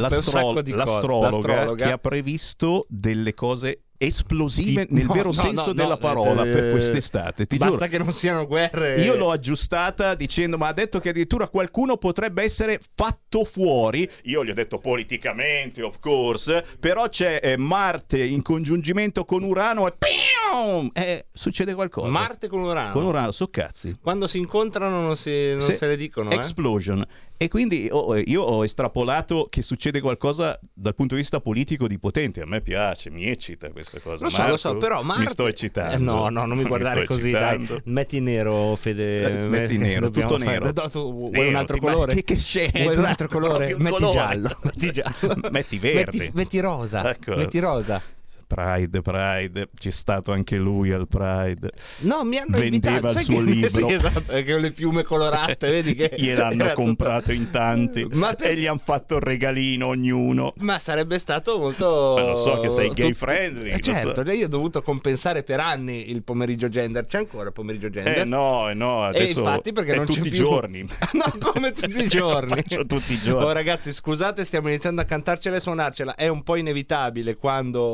l'astrologa che ha previsto delle cose esplosive nel vero senso della parola per quest'estate. Ti basta giuro. che non siano guerre. Io l'ho aggiustata dicendo, ma ha detto che addirittura qualcuno potrebbe essere fatto fuori. Io gli ho detto politicamente, of course, però c'è Marte in congiungimento con Urano e succede qualcosa. Marte con Urano? Con Urano, so cazzi. Quando si incontrano non se le dicono. Explosion. E quindi io ho estrapolato che succede qualcosa dal punto di vista politico di potente. A me piace, mi eccita questa cosa. Lo so, però Marte... Mi sto eccitando. No, non mi guardare così, dai. Metti nero, Fede. Metti nero, tutto nero. Vuoi un altro colore? Che scena? Vuoi un altro colore? Metti giallo. Metti verde. Metti rosa. Ecco. Metti rosa. Pride, c'è stato anche lui al Pride. No, mi hanno vendeva il suo libro. Sì, esatto, con le piume colorate, vedi che gliel'hanno comprato in tanti e gli hanno fatto il regalino ognuno. Ma sarebbe stato molto... Ma lo so che sei gay friendly. Certo, io ho dovuto compensare per anni il pomeriggio gender. C'è ancora il pomeriggio gender? No, adesso infatti perché non tutti c'è i più... giorni. No, come tutti i giorni. Faccio tutti i giorni. Oh ragazzi, scusate, stiamo iniziando a cantarcela e suonarcela. È un po' inevitabile quando mi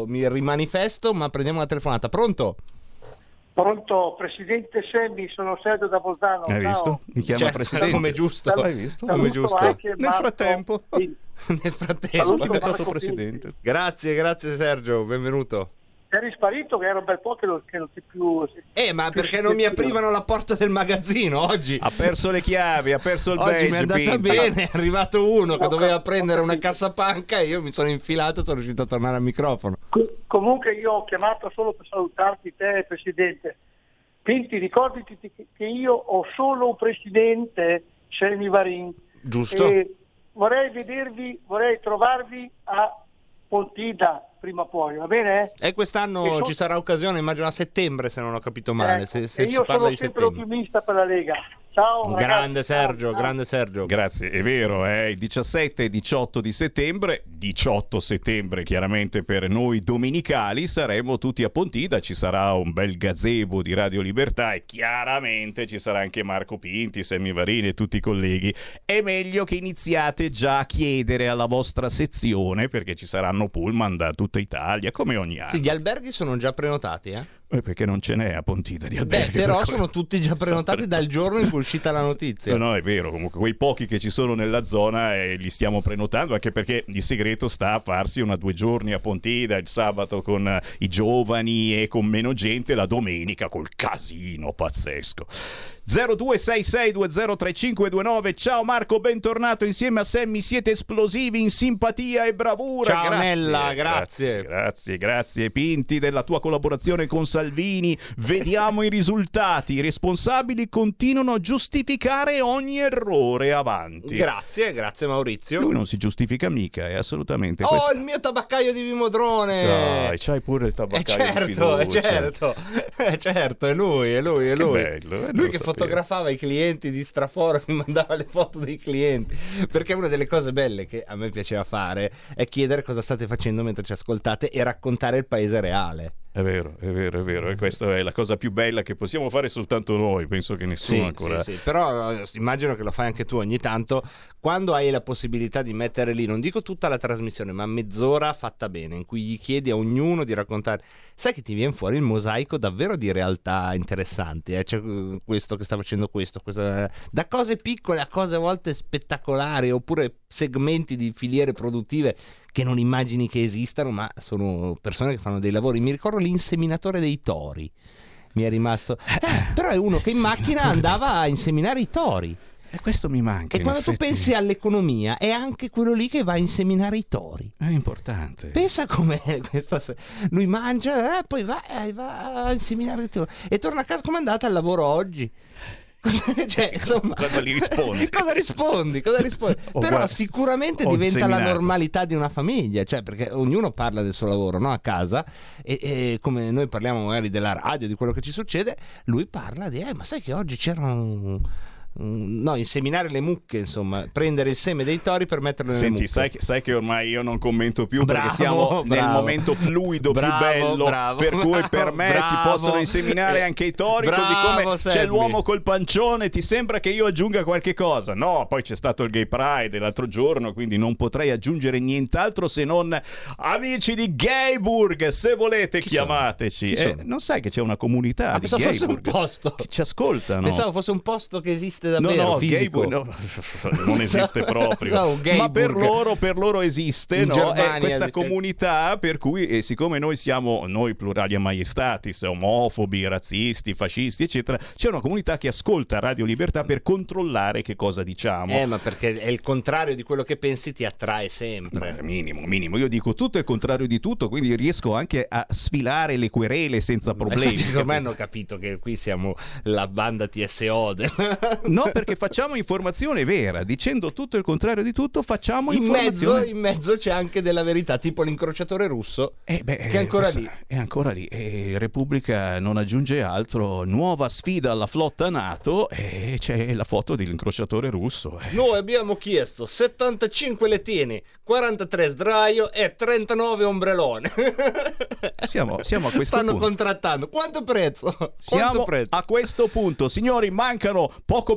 manifesto, ma prendiamo una telefonata. Pronto? Pronto, Presidente Semmi, sono Sergio da Bolzano. Hai visto? Mi chiama Presidente. Come giusto. Hai visto? Come giusto. Nel frattempo. Nel frattempo. È diventato Presidente. Grazie Sergio, benvenuto. Eri sparito, che era un bel po' che non ti più... ma perché non mi aprivano la porta del magazzino oggi? Ha perso le chiavi, ha perso il badge. Oggi mi è andata bene, è arrivato uno che doveva prendere una cassapanca e io mi sono infilato e sono riuscito a tornare al microfono. Comunque io ho chiamato solo per salutarti, te Presidente. Pinti, ricordati che io ho solo un Presidente, Semmi Varin. Giusto. E vorrei trovarvi a Pontida prima o poi, va bene? E quest'anno ci sarà occasione, immagino a settembre, se non ho capito male. Se io sono sempre ottimista per la Lega. Ciao, grande ragazzi. Sergio, ciao. Grande Sergio. Grazie, è vero, il 17 e 18 di settembre, 18 settembre chiaramente per noi domenicali, saremo tutti a Pontida, ci sarà un bel gazebo di Radio Libertà e chiaramente ci sarà anche Marco Pinti, Semmi Varin e tutti i colleghi. È meglio che iniziate già a chiedere alla vostra sezione, perché ci saranno pullman da tutta Italia, come ogni anno. Sì, gli alberghi sono già prenotati, perché non ce n'è a Pontida di alberghi. Però sono tutti già prenotati dal giorno in cui è uscita la notizia. No, è vero, comunque quei pochi che ci sono nella zona li stiamo prenotando, anche perché il segreto sta a farsi 2 giorni a Pontida, il sabato con i giovani e con meno gente, la domenica col casino pazzesco. 0266203529. Ciao Marco, bentornato insieme a Semmi, siete esplosivi in simpatia e bravura. Ciao grazie, Nella, grazie Pinti della tua collaborazione con Salvini. Vediamo i risultati, i responsabili continuano a giustificare ogni errore, avanti. Grazie Maurizio. Lui non si giustifica mica, è assolutamente questo. Il mio tabaccaio di Vimodrone. Dai, c'hai pure il tabaccaio di fiducia. Certo, è lui. Che bello, lui che fotografava i clienti di Straforo, mi mandava le foto dei clienti, perché una delle cose belle che a me piaceva fare è chiedere cosa state facendo mentre ci ascoltate e raccontare il paese reale. È vero, e questa è la cosa più bella che possiamo fare soltanto noi, penso che nessuno ancora... Sì, però immagino che lo fai anche tu ogni tanto, quando hai la possibilità di mettere lì, non dico tutta la trasmissione, ma mezz'ora fatta bene, in cui gli chiedi a ognuno di raccontare, sai che ti viene fuori il mosaico davvero di realtà interessanti, c'è questo che sta facendo questo, da cose piccole a cose a volte spettacolari, oppure segmenti di filiere produttive che non immagini che esistano, ma sono persone che fanno dei lavori. Mi ricordo l'inseminatore dei tori, mi è rimasto, però è uno che in macchina andava a inseminare i tori. E questo mi manca. E quando tu pensi all'economia, è anche quello lì che va a inseminare i tori. È importante. Pensa com'è questa. Lui mangia, poi va a inseminare i tori e torna a casa. Come è andata al lavoro oggi? Insomma, cosa gli rispondi? Cosa rispondi? Però sicuramente diventa la normalità di una famiglia, perché ognuno parla del suo lavoro, no? A casa, e come noi parliamo magari della radio, di quello che ci succede, lui parla di ma sai che oggi c'erano inseminare le mucche, insomma, prendere il seme dei tori per metterlo nelle mucche. Sai che ormai io non commento più, perché siamo nel momento fluido più bello, per cui per me si possono inseminare anche i tori, così come c'è l'uomo col pancione. Ti sembra che io aggiunga qualche cosa? No, poi c'è stato il Gay Pride l'altro giorno, quindi non potrei aggiungere nient'altro se non amici di Gayburg, se volete chiamateci. Non sai che c'è una comunità di Gayburg che ci ascoltano? Pensavo fosse un posto che esiste davvero, fisico. Non esiste proprio. Ma per loro esiste, è questa comunità, per cui siccome noi plurali a maiestatis, omofobi, razzisti, fascisti eccetera, c'è una comunità che ascolta Radio Libertà per controllare che cosa diciamo. Ma perché è il contrario di quello che pensi, ti attrae sempre. Minimo, io dico tutto è il contrario di tutto, quindi riesco anche a sfilare le querele senza problemi. Ormai hanno capito che qui siamo la banda TSO No, perché facciamo informazione vera, dicendo tutto il contrario di tutto, facciamo informazione. In mezzo c'è anche della verità, tipo l'incrociatore russo, che è ancora lì. È ancora lì. E Repubblica non aggiunge altro, nuova sfida alla flotta NATO, e c'è la foto dell'incrociatore russo. Noi abbiamo chiesto 75 lettini, 43 sdraio e 39 ombrellone. Siamo a questo Stanno punto. contrattando. Quanto prezzo? Siamo a questo punto, signori, mancano poco più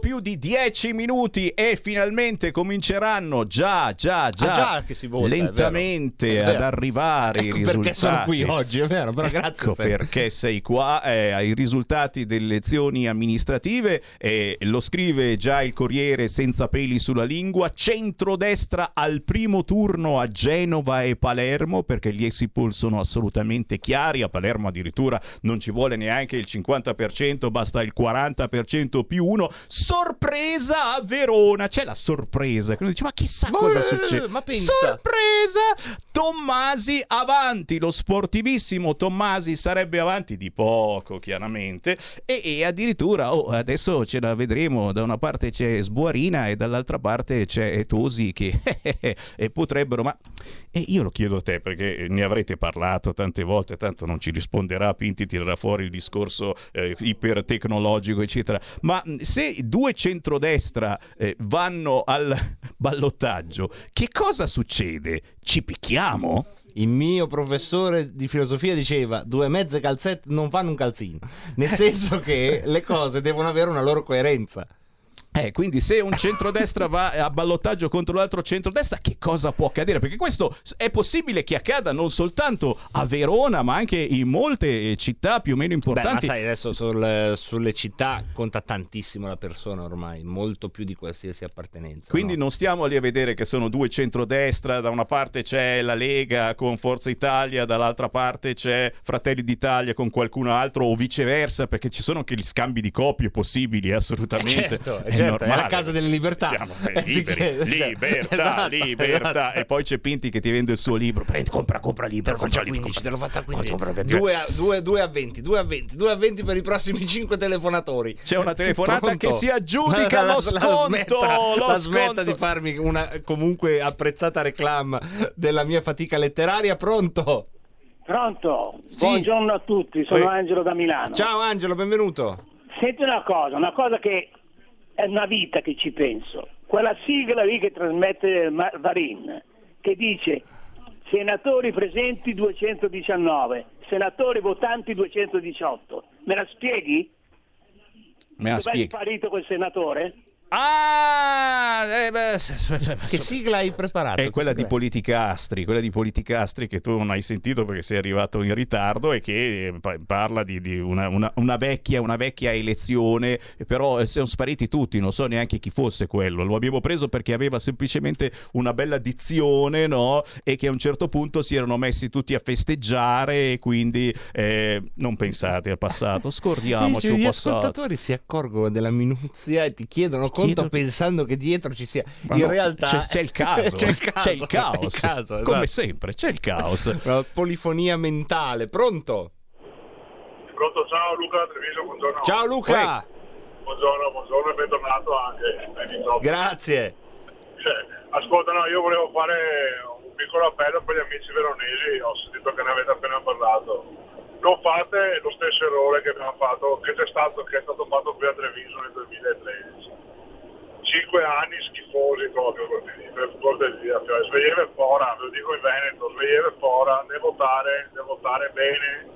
più di 10 minuti e finalmente cominceranno già che si vota, lentamente è vero. ad arrivare i risultati. Perché sono qui oggi, è vero, però grazie. Ecco perché sei qua, ai risultati delle elezioni amministrative, lo scrive già il Corriere senza peli sulla lingua: centrodestra al primo turno a Genova e Palermo, perché gli exit poll sono assolutamente chiari. A Palermo addirittura non ci vuole neanche il 50%, basta il 40% più 1. Sorpresa a Verona, c'è la sorpresa, quindi dice ma chissà cosa succede, ma pensa. Sorpresa, Tommasi avanti, lo sportivissimo Tommasi sarebbe avanti di poco chiaramente, e addirittura adesso ce la vedremo, da una parte c'è Sbuarina e dall'altra parte c'è Tosi che potrebbero, ma io lo chiedo a te perché ne avrete parlato tante volte, tanto non ci risponderà, Pinti tirerà fuori il discorso ipertecnologico eccetera, ma se due centrodestra vanno al ballottaggio, che cosa succede? Ci picchiamo? Il mio professore di filosofia diceva: due mezze calzette non fanno un calzino, nel senso che le cose devono avere una loro coerenza. Quindi se un centrodestra va a ballottaggio contro l'altro centrodestra, che cosa può accadere? Perché questo è possibile che accada non soltanto a Verona, ma anche in molte città più o meno importanti. Ma sai, adesso sulle città conta tantissimo la persona ormai, molto più di qualsiasi appartenenza. Quindi non stiamo lì a vedere che sono due centrodestra, da una parte c'è la Lega con Forza Italia, dall'altra parte c'è Fratelli d'Italia con qualcun altro, o viceversa, perché ci sono anche gli scambi di coppie possibili, assolutamente. Certo, è la casa delle libertà. Siamo libertà. Esatto. E poi c'è Pinti che ti vende il suo libro. Prendi, compra libro. Te l'ho fatta 15. 2 a 20 per i prossimi 5 telefonatori. C'è una telefonata che si aggiudica lo sconto. La smetta di farmi una comunque apprezzata reclama della mia fatica letteraria. Pronto? Sì. Buongiorno a tutti, sono Angelo da Milano. Ciao Angelo, benvenuto. Senti una cosa che è una vita che ci penso. Quella sigla lì che trasmette Varin, che dice senatori presenti 219, senatori votanti 218. Me la spieghi? Dov'è sparito quel senatore? Che sigla hai preparato? È quella di Politicastri, che tu non hai sentito perché sei arrivato in ritardo, e che parla di una vecchia elezione, però sono spariti tutti, non so neanche chi fosse quello. Lo abbiamo preso perché aveva semplicemente una bella dizione, no? E che a un certo punto si erano messi tutti a festeggiare, e quindi non pensate al passato, scordiamoci un gli passato. Gli ascoltatori si accorgono della minuzia e ti chiedono conto pensando che dietro ci sia, ma in realtà c'è il caso, c'è il caos, esatto. Come sempre c'è il caos. Una polifonia mentale. Pronto, ciao Luca da Treviso, buongiorno. Ciao Luca. Buongiorno e bentornato anche. Grazie. Ascolta, io volevo fare un piccolo appello per gli amici veronesi, ho sentito che ne avete appena parlato. Non fate lo stesso errore che abbiamo fatto, che è stato fatto qui a Treviso nel 2013. 5 anni schifosi proprio, per cortesia, sveglieve fora, ve lo dico in Veneto, sveglieve fora, ne votare bene.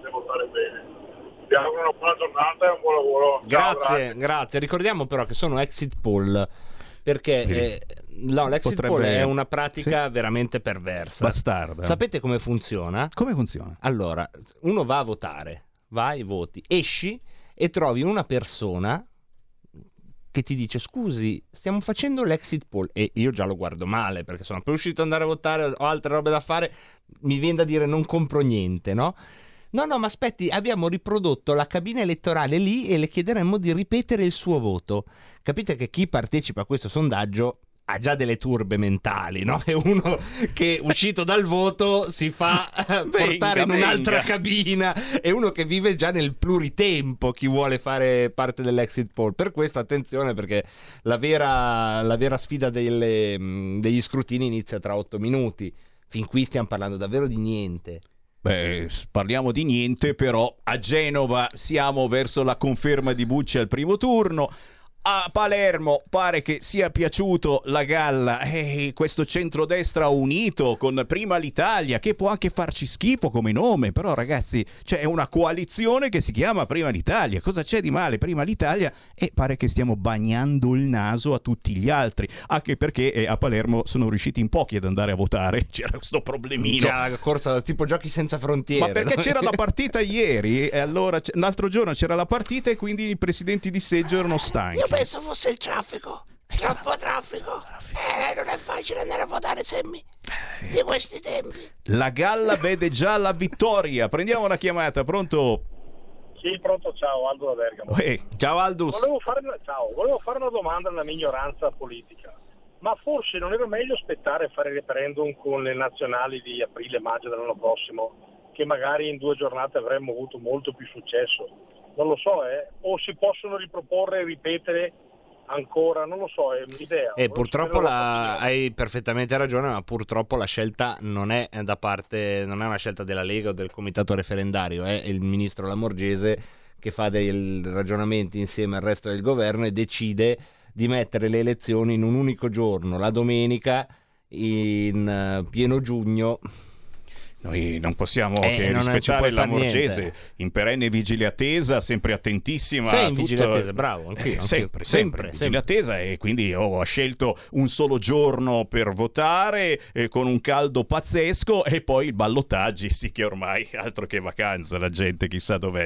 Vi auguro una buona giornata e un buon lavoro. Grazie. Ricordiamo però che sono exit poll, perché l'exit poll è una pratica veramente perversa, bastarda. Sapete come funziona? Come funziona? Allora, uno va a votare, vai, voti, esci e trovi una persona che ti dice: scusi, stiamo facendo l'exit poll, e io già lo guardo male perché sono appena uscito ad andare a votare, ho altre robe da fare, mi viene da dire non compro niente, no? No, ma aspetti, abbiamo riprodotto la cabina elettorale lì e le chiederemmo di ripetere il suo voto. Capite che chi partecipa a questo sondaggio ha già delle turbe mentali, no? È uno che uscito dal voto si fa portare in un'altra cabina, è uno che vive già nel pluritempo, chi vuole fare parte dell'exit poll. Per questo attenzione, perché la vera sfida degli scrutini inizia tra 8 minuti. Fin qui stiamo parlando davvero di niente. Parliamo di niente, però a Genova siamo verso la conferma di Bucci al primo turno. A Palermo pare che sia piaciuto la galla, questo centrodestra unito con Prima l'Italia, che può anche farci schifo come nome, però ragazzi c'è una coalizione che si chiama Prima l'Italia, cosa c'è di male Prima l'Italia? E pare che stiamo bagnando il naso a tutti gli altri, anche perché a Palermo sono riusciti in pochi ad andare a votare, c'era questo problemino. C'era la corsa tipo Giochi senza frontiere. Ma perché no? c'era la partita ieri e allora l'altro giorno c'era la partita e quindi i presidenti di seggio erano stanchi. Io penso fosse il traffico. Troppo traffico. Non è facile andare a votare, Semmi, di questi tempi. La galla vede già la vittoria. Prendiamo una chiamata, pronto? Sì, pronto, ciao, Aldo da Bergamo. Ciao Aldus. Volevo fare una domanda nella mia ignoranza politica. Ma forse non era meglio aspettare a fare il referendum con le nazionali di aprile-maggio dell'anno prossimo, che magari in 2 giornate avremmo avuto molto più successo? Non lo so, o si possono riproporre e ripetere ancora, non lo so, è un'idea. Purtroppo hai perfettamente ragione, ma purtroppo la scelta non è non è una scelta della Lega o del comitato referendario, è il ministro Lamorgese che fa dei ragionamenti insieme al resto del governo e decide di mettere le elezioni in un unico giorno, la domenica, in pieno giugno. Noi non possiamo che rispettare la Lamorgese, niente. In perenne vigile attesa, sempre attentissima. Sei in vigile attesa, bravo, anch'io. Sempre vigile attesa, e quindi ha scelto un solo giorno per votare, con un caldo pazzesco, e poi i ballottaggi, sì, che ormai altro che vacanza, la gente chissà dov'è.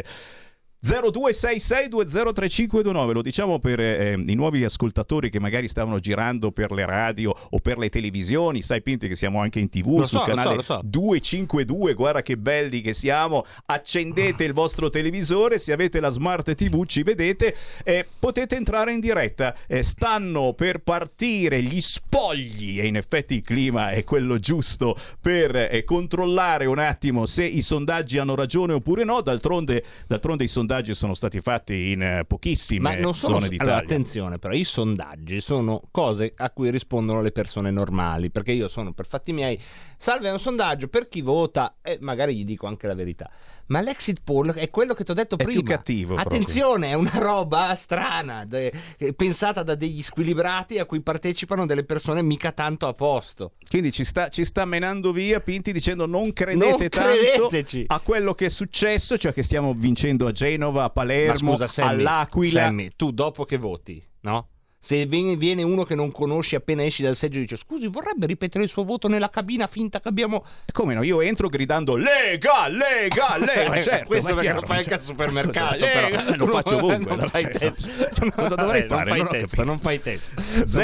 0266203529, lo diciamo per i nuovi ascoltatori che magari stavano girando per le radio o per le televisioni. Sai Pinti che siamo anche in TV sul canale 252, guarda che belli che siamo. Accendete il vostro televisore, se avete la Smart TV ci vedete, potete entrare in diretta, stanno per partire gli spogli e in effetti il clima è quello giusto per controllare un attimo se i sondaggi hanno ragione oppure no. D'altronde i sondaggi sono stati fatti in pochissime zone d'Italia. Allora, attenzione, però i sondaggi sono cose a cui rispondono le persone normali, perché io sono per fatti miei, salve, è un sondaggio per chi vota e magari gli dico anche la verità, ma l'exit poll è quello che ti ho detto prima, è più cattivo attenzione, è una roba strana, pensata da degli squilibrati a cui partecipano delle persone mica tanto a posto, quindi ci sta menando via Pinti dicendo non credete tanto a quello che è successo, cioè che stiamo vincendo a Genova, a Palermo, ma scusa, Sammy, all'Aquila. Sammy, tu dopo che voti, no? Se viene uno che non conosci appena esci dal seggio e dice scusi, vorrebbe ripetere il suo voto nella cabina finta che abbiamo... Come no? Io entro gridando Lega, certo, questo perché lo fai anche al supermercato, però lo faccio ovunque. Non fai testa. Cosa dovrei fare? Non fai testa.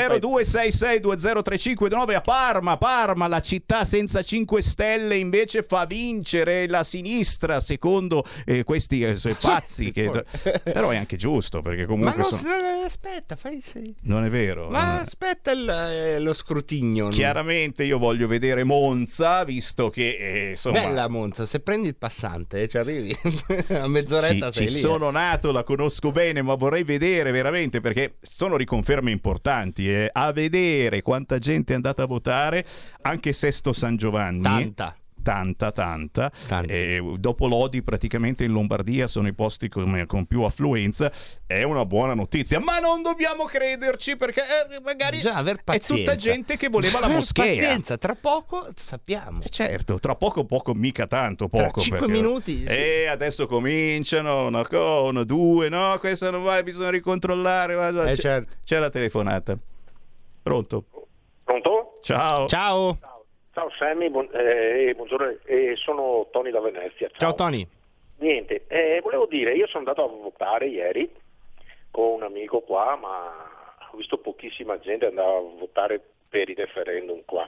0266203529 a Parma, la città senza 5 stelle invece fa vincere la sinistra secondo questi pazzi che... però è anche giusto perché comunque aspetta, fai sì. Non è vero. Ma aspetta lo scrutinio. Chiaramente io voglio vedere Monza, visto che insomma... Bella Monza, se prendi il passante ci arrivi a mezz'oretta sei lì. Ci sono nato, la conosco bene, ma vorrei vedere veramente, perché sono riconferme importanti, a vedere quanta gente è andata a votare, anche Sesto San Giovanni. Tanta. Dopo Lodi praticamente in Lombardia sono i posti con più affluenza. È una buona notizia, ma non dobbiamo crederci, perché magari è tutta gente che voleva la moschea. Pazienza, tra poco sappiamo. Certo, tra poco mica tanto poco. Tra 5 minuti. E adesso cominciano uno, due, no, questo non va, bisogna ricontrollare. Guarda, certo. C'è la telefonata. Pronto? Ciao. Ciao Sammy, buongiorno, sono Tony da Venezia. Ciao Tony. Niente, volevo dire, io sono andato a votare ieri con un amico qua, ma ho visto pochissima gente andare a votare per il referendum qua.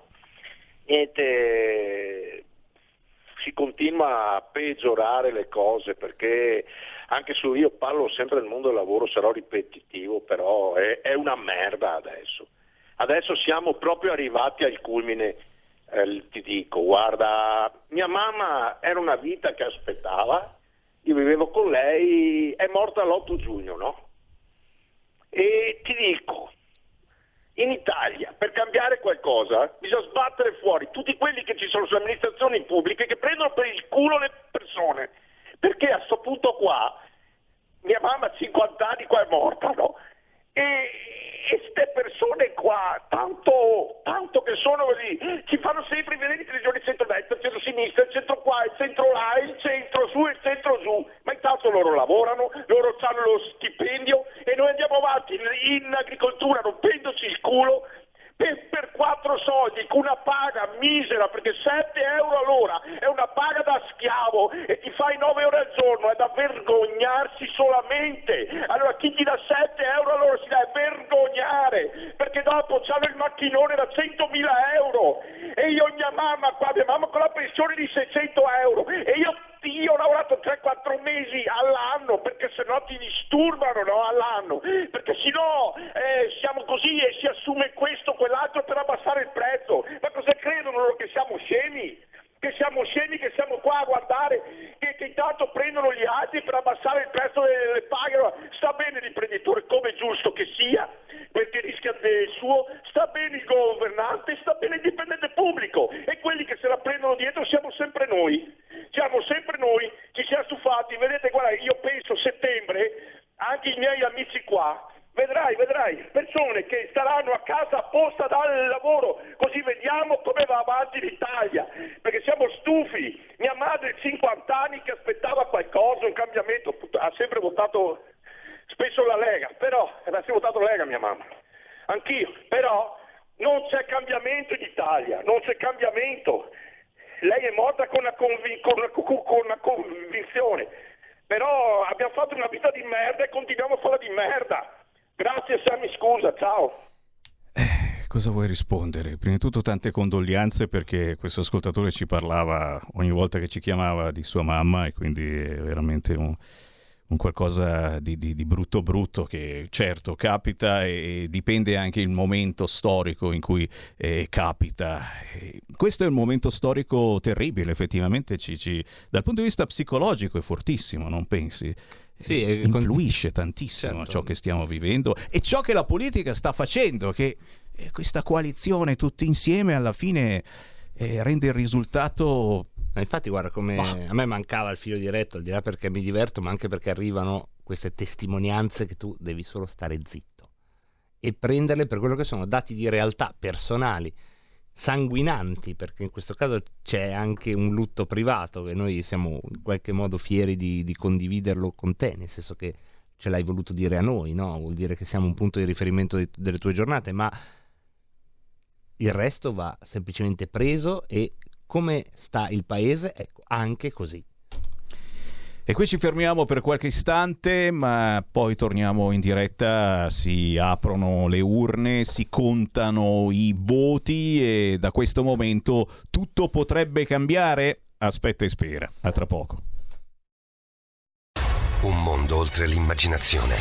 Niente, si continua a peggiorare le cose, perché anche se io parlo sempre del mondo del lavoro, sarò ripetitivo, però è una merda adesso. Adesso siamo proprio arrivati al culmine. Ti dico, guarda, mia mamma era una vita che aspettava, io vivevo con lei, è morta l'8 giugno, no? E ti dico, in Italia per cambiare qualcosa bisogna sbattere fuori tutti quelli che ci sono sulle amministrazioni pubbliche che prendono per il culo le persone, perché a sto punto qua mia mamma a 50 anni qua è morta, no? E ste persone qua, tanto che sono così, ci fanno sempre vedere in televisione il centro-destra, il centro-sinistra, il centro qua, il centro là, il centro su e il centro giù, ma intanto loro lavorano, loro hanno lo stipendio e noi andiamo avanti in agricoltura rompendoci il culo per 4 soldi, con una paga misera, perché 7 euro all'ora è una paga da schiavo e ti fai 9 ore al giorno, è da vergognarsi solamente. Allora chi ti dà 7 euro all'ora si deve vergognare, perché dopo c'hanno il macchinone da 100.000 euro e io mia mamma con la pensione di 600 euro e io ho lavorato 3-4 mesi all'anno, perché sennò ti disturbano, no? All'anno, perché sennò siamo così e si assume questo, quell'altro per abbassare il prezzo. Ma cosa credono loro, che siamo scemi? Che siamo scemi, che siamo qua a guardare che intanto prendono gli altri per abbassare il prezzo delle paghe? Sta bene l'imprenditore, come giusto che sia, perché rischia il suo, sta bene il governante, sta bene il dipendente pubblico, e quelli che se la prendono dietro siamo sempre noi, ci siamo stufati. Vedete, guarda, io penso settembre, anche i miei amici qua, vedrai, persone che staranno a casa apposta dal lavoro, così vediamo come va avanti l'Italia, perché siamo stufi. Mia madre 50 anni che aspettava qualcosa, un cambiamento, ha sempre votato spesso la Lega, però ha sempre votato la Lega mia mamma, anch'io, però non c'è cambiamento in Italia, non c'è cambiamento. Lei è morta con una convinzione, però abbiamo fatto una vita di merda e continuiamo a farla di merda. Grazie Sammy, scusa, ciao. Cosa vuoi rispondere? Prima di tutto tante condoglianze, perché questo ascoltatore ci parlava ogni volta che ci chiamava di sua mamma, e quindi è veramente un qualcosa di brutto che certo capita, e dipende anche il momento storico in cui capita. Questo è un momento storico terribile, effettivamente dal punto di vista psicologico è fortissimo, non pensi? Sì, influisce tantissimo, certo, ciò che stiamo vivendo e ciò che la politica sta facendo, che questa coalizione tutti insieme alla fine rende il risultato. Infatti guarda come a me mancava il filo diretto, al di là perché mi diverto, ma anche perché arrivano queste testimonianze che tu devi solo stare zitto e prenderle per quello che sono, dati di realtà personali sanguinanti, perché in questo caso c'è anche un lutto privato che noi siamo in qualche modo fieri di condividerlo con te, nel senso che ce l'hai voluto dire a noi, no? Vuol dire che siamo un punto di riferimento delle tue giornate, ma il resto va semplicemente preso, e come sta il paese, ecco, anche così. E qui ci fermiamo per qualche istante, ma poi torniamo in diretta, si aprono le urne, si contano i voti e da questo momento tutto potrebbe cambiare. Aspetta e spera. A tra poco. Un mondo oltre l'immaginazione.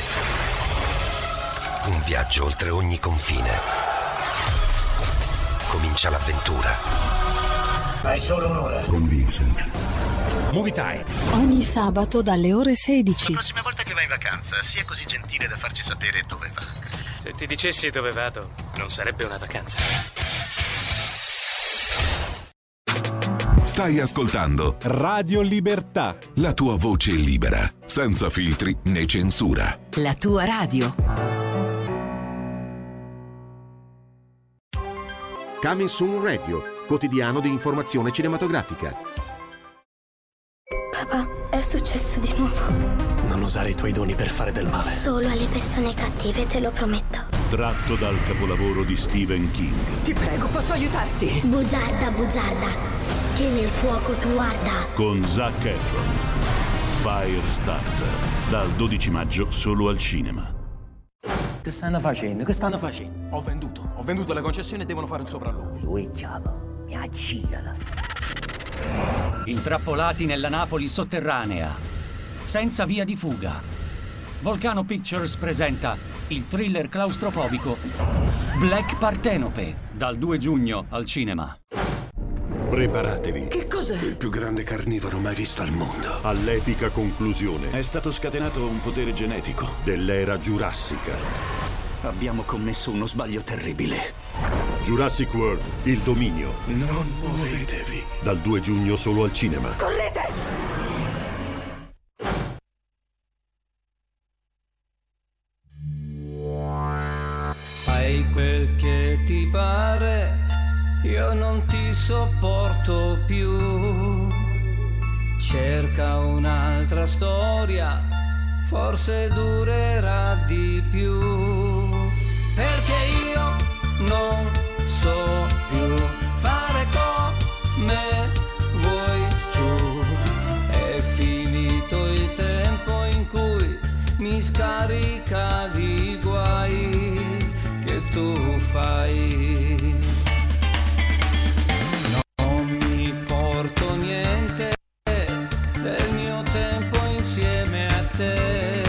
Un viaggio oltre ogni confine. Comincia l'avventura. Hai solo un'ora. Con Vincent. Movie Time. Ogni sabato dalle ore 16. La prossima volta che vai in vacanza, sia così gentile da farci sapere dove va. Se ti dicessi dove vado, non sarebbe una vacanza. Stai ascoltando Radio Libertà. La tua voce libera, senza filtri né censura. La tua radio. Coming Soon Radio, quotidiano di informazione cinematografica. Papà, è successo di nuovo. Non usare i tuoi doni per fare del male. Solo alle persone cattive, te lo prometto. Tratto dal capolavoro di Stephen King. Ti prego, posso aiutarti? Bugiarda, che nel fuoco tu arda. Con Zac Efron. Firestarter. Dal 12 maggio solo al cinema. Che stanno facendo? Ho venduto la concessione e devono fare un sopralluogo. Lui mi accida. Intrappolati nella Napoli sotterranea, senza via di fuga. Volcano Pictures presenta il thriller claustrofobico Black Partenope, dal 2 giugno al cinema. Preparatevi. Che cos'è? Il più grande carnivoro mai visto al mondo. All'epica conclusione è stato scatenato un potere genetico dell'era giurassica. Abbiamo commesso uno sbaglio terribile. Jurassic World, il dominio. Non muovetevi. Dal 2 giugno solo al cinema. Correte! pare, io non ti sopporto più. Cerca un'altra storia, forse durerà di più, perché io non so più fare come vuoi tu. È finito il tempo in cui mi scaricavi i guai che tu fai. Non mi porto niente del mio tempo insieme a te,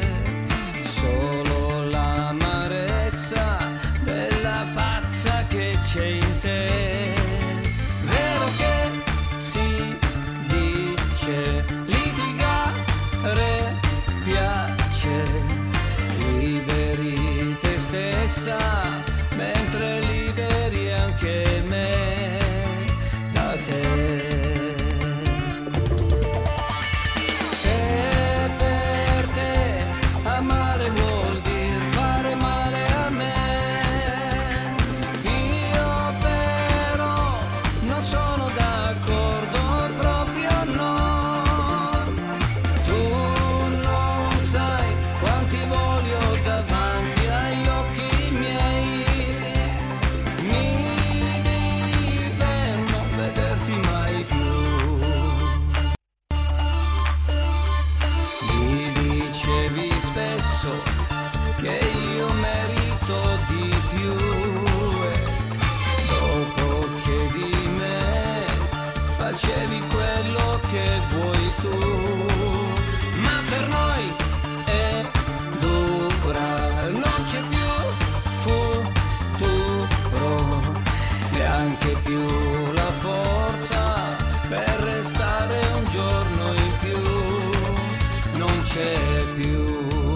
solo l'amarezza della pazza che c'è in te. Vero che si dice litigare piace, liberi te stessa mentre liberi anche me da te. Che io merito di più, e dopo che di me facevi quello che vuoi tu, ma per noi è dura, non c'è più futuro, neanche più la forza per restare un giorno in più, non c'è più.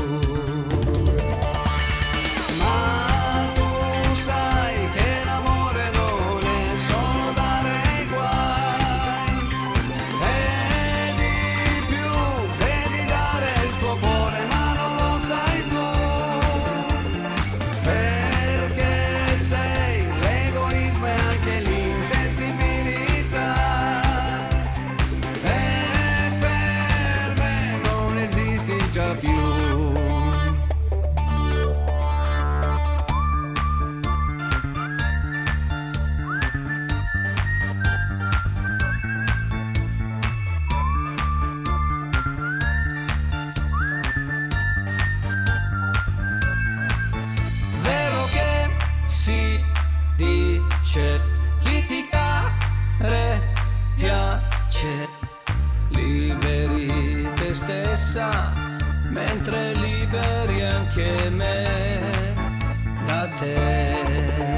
Litigare piace, liberi te stessa mentre liberi anche me da te.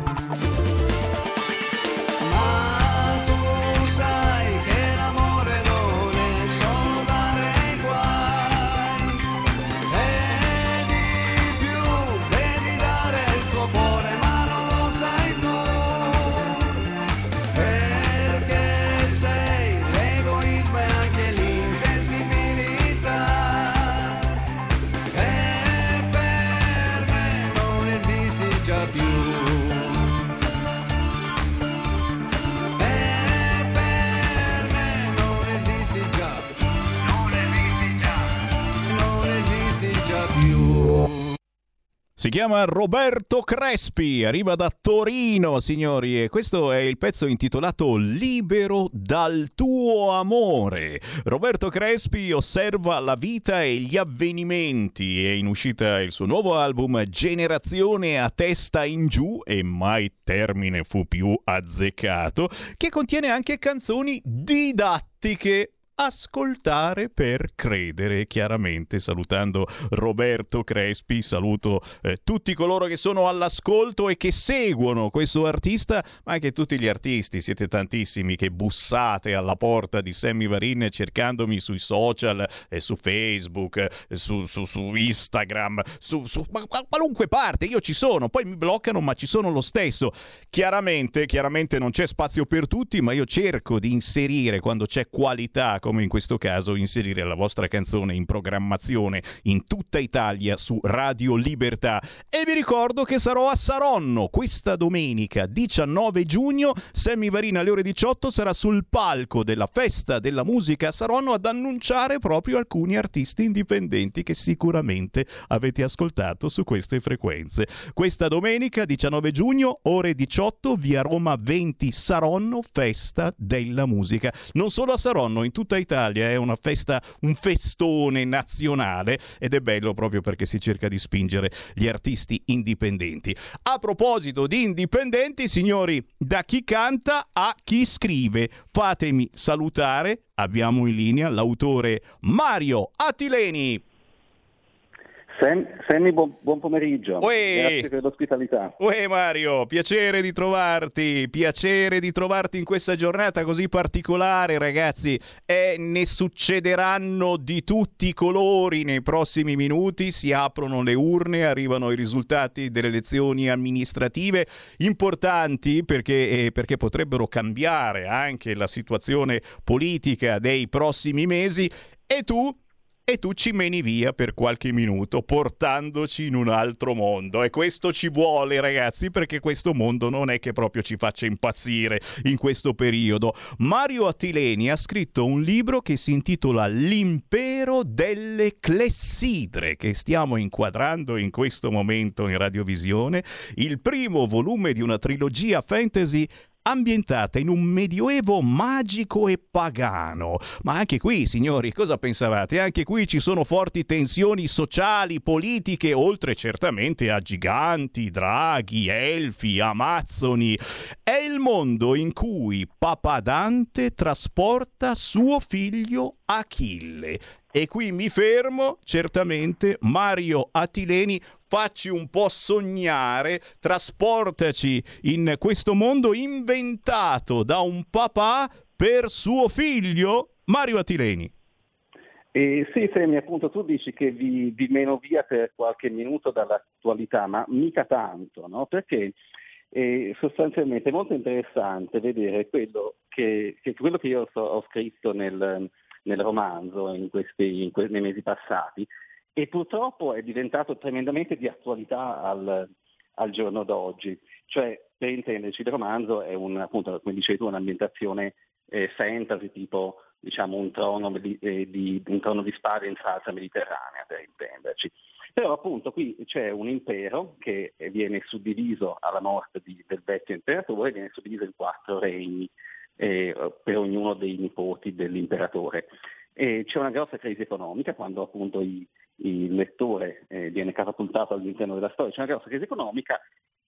Si chiama Roberto Crespi, arriva da Torino, signori, e questo è il pezzo intitolato Libero dal tuo amore. Roberto Crespi osserva la vita e gli avvenimenti. È in uscita il suo nuovo album Generazione a testa in giù, e mai termine fu più azzeccato, che contiene anche canzoni didattiche. Ascoltare per credere, chiaramente. Salutando Roberto Crespi, saluto tutti coloro che sono all'ascolto e che seguono questo artista, ma anche tutti gli artisti. Siete tantissimi che bussate alla porta di Sammy Varin cercandomi sui social, su Facebook, su Instagram, su qualunque parte. Io ci sono, poi mi bloccano, ma ci sono lo stesso. Chiaramente non c'è spazio per tutti, ma io cerco di inserire, quando c'è qualità come in questo caso inserire la vostra canzone in programmazione in tutta Italia su Radio Libertà. E vi ricordo che sarò a Saronno questa domenica 19 giugno. Sammy Varin alle ore 18 sarà sul palco della Festa della Musica a Saronno ad annunciare proprio alcuni artisti indipendenti che sicuramente avete ascoltato su queste frequenze. Questa domenica 19 giugno ore 18 via Roma 20 Saronno, Festa della Musica. Non solo a Saronno, in tutta Italia è una festa, un festone nazionale, ed è bello proprio perché si cerca di spingere gli artisti indipendenti. A proposito di indipendenti, signori, da chi canta a chi scrive, fatemi salutare, abbiamo in linea l'autore Mario Attileni. Sammy, buon pomeriggio. Grazie per l'ospitalità. Mario, piacere di trovarti in questa giornata così particolare, ragazzi. Ne succederanno di tutti i colori nei prossimi minuti, si aprono le urne, arrivano i risultati delle elezioni amministrative importanti perché potrebbero cambiare anche la situazione politica dei prossimi mesi e tu ci meni via per qualche minuto portandoci in un altro mondo, e questo ci vuole, ragazzi, perché questo mondo non è che proprio ci faccia impazzire in questo periodo. Mario Attileni ha scritto un libro che si intitola L'impero delle clessidre, che stiamo inquadrando in questo momento in radiovisione, il primo volume di una trilogia fantasy ambientata in un medioevo magico e pagano. Ma anche qui, signori, cosa pensavate? Anche qui ci sono forti tensioni sociali, politiche, oltre certamente a giganti, draghi, elfi, amazzoni. È il mondo in cui Papa Dante trasporta suo figlio Achille. E qui mi fermo, certamente, Mario Attileni, facci un po' sognare, trasportaci in questo mondo inventato da un papà per suo figlio, Mario Attileni. Sì, Sammy, appunto tu dici che vi meno via per qualche minuto dall'attualità, ma mica tanto, no? Perché sostanzialmente è molto interessante vedere quello che io ho scritto nel romanzo nei mesi passati, e purtroppo è diventato tremendamente di attualità al giorno d'oggi. Cioè, per intenderci, il romanzo è appunto, come dicevi tu, un'ambientazione fantasy, tipo diciamo un trono di spade in salsa mediterranea, per intenderci. Però appunto qui c'è un impero che viene suddiviso alla morte del vecchio imperatore, viene suddiviso in 4 regni per ognuno dei nipoti dell'imperatore. E c'è una grossa crisi economica quando appunto il lettore viene catapultato all'interno della storia, c'è una grossa crisi economica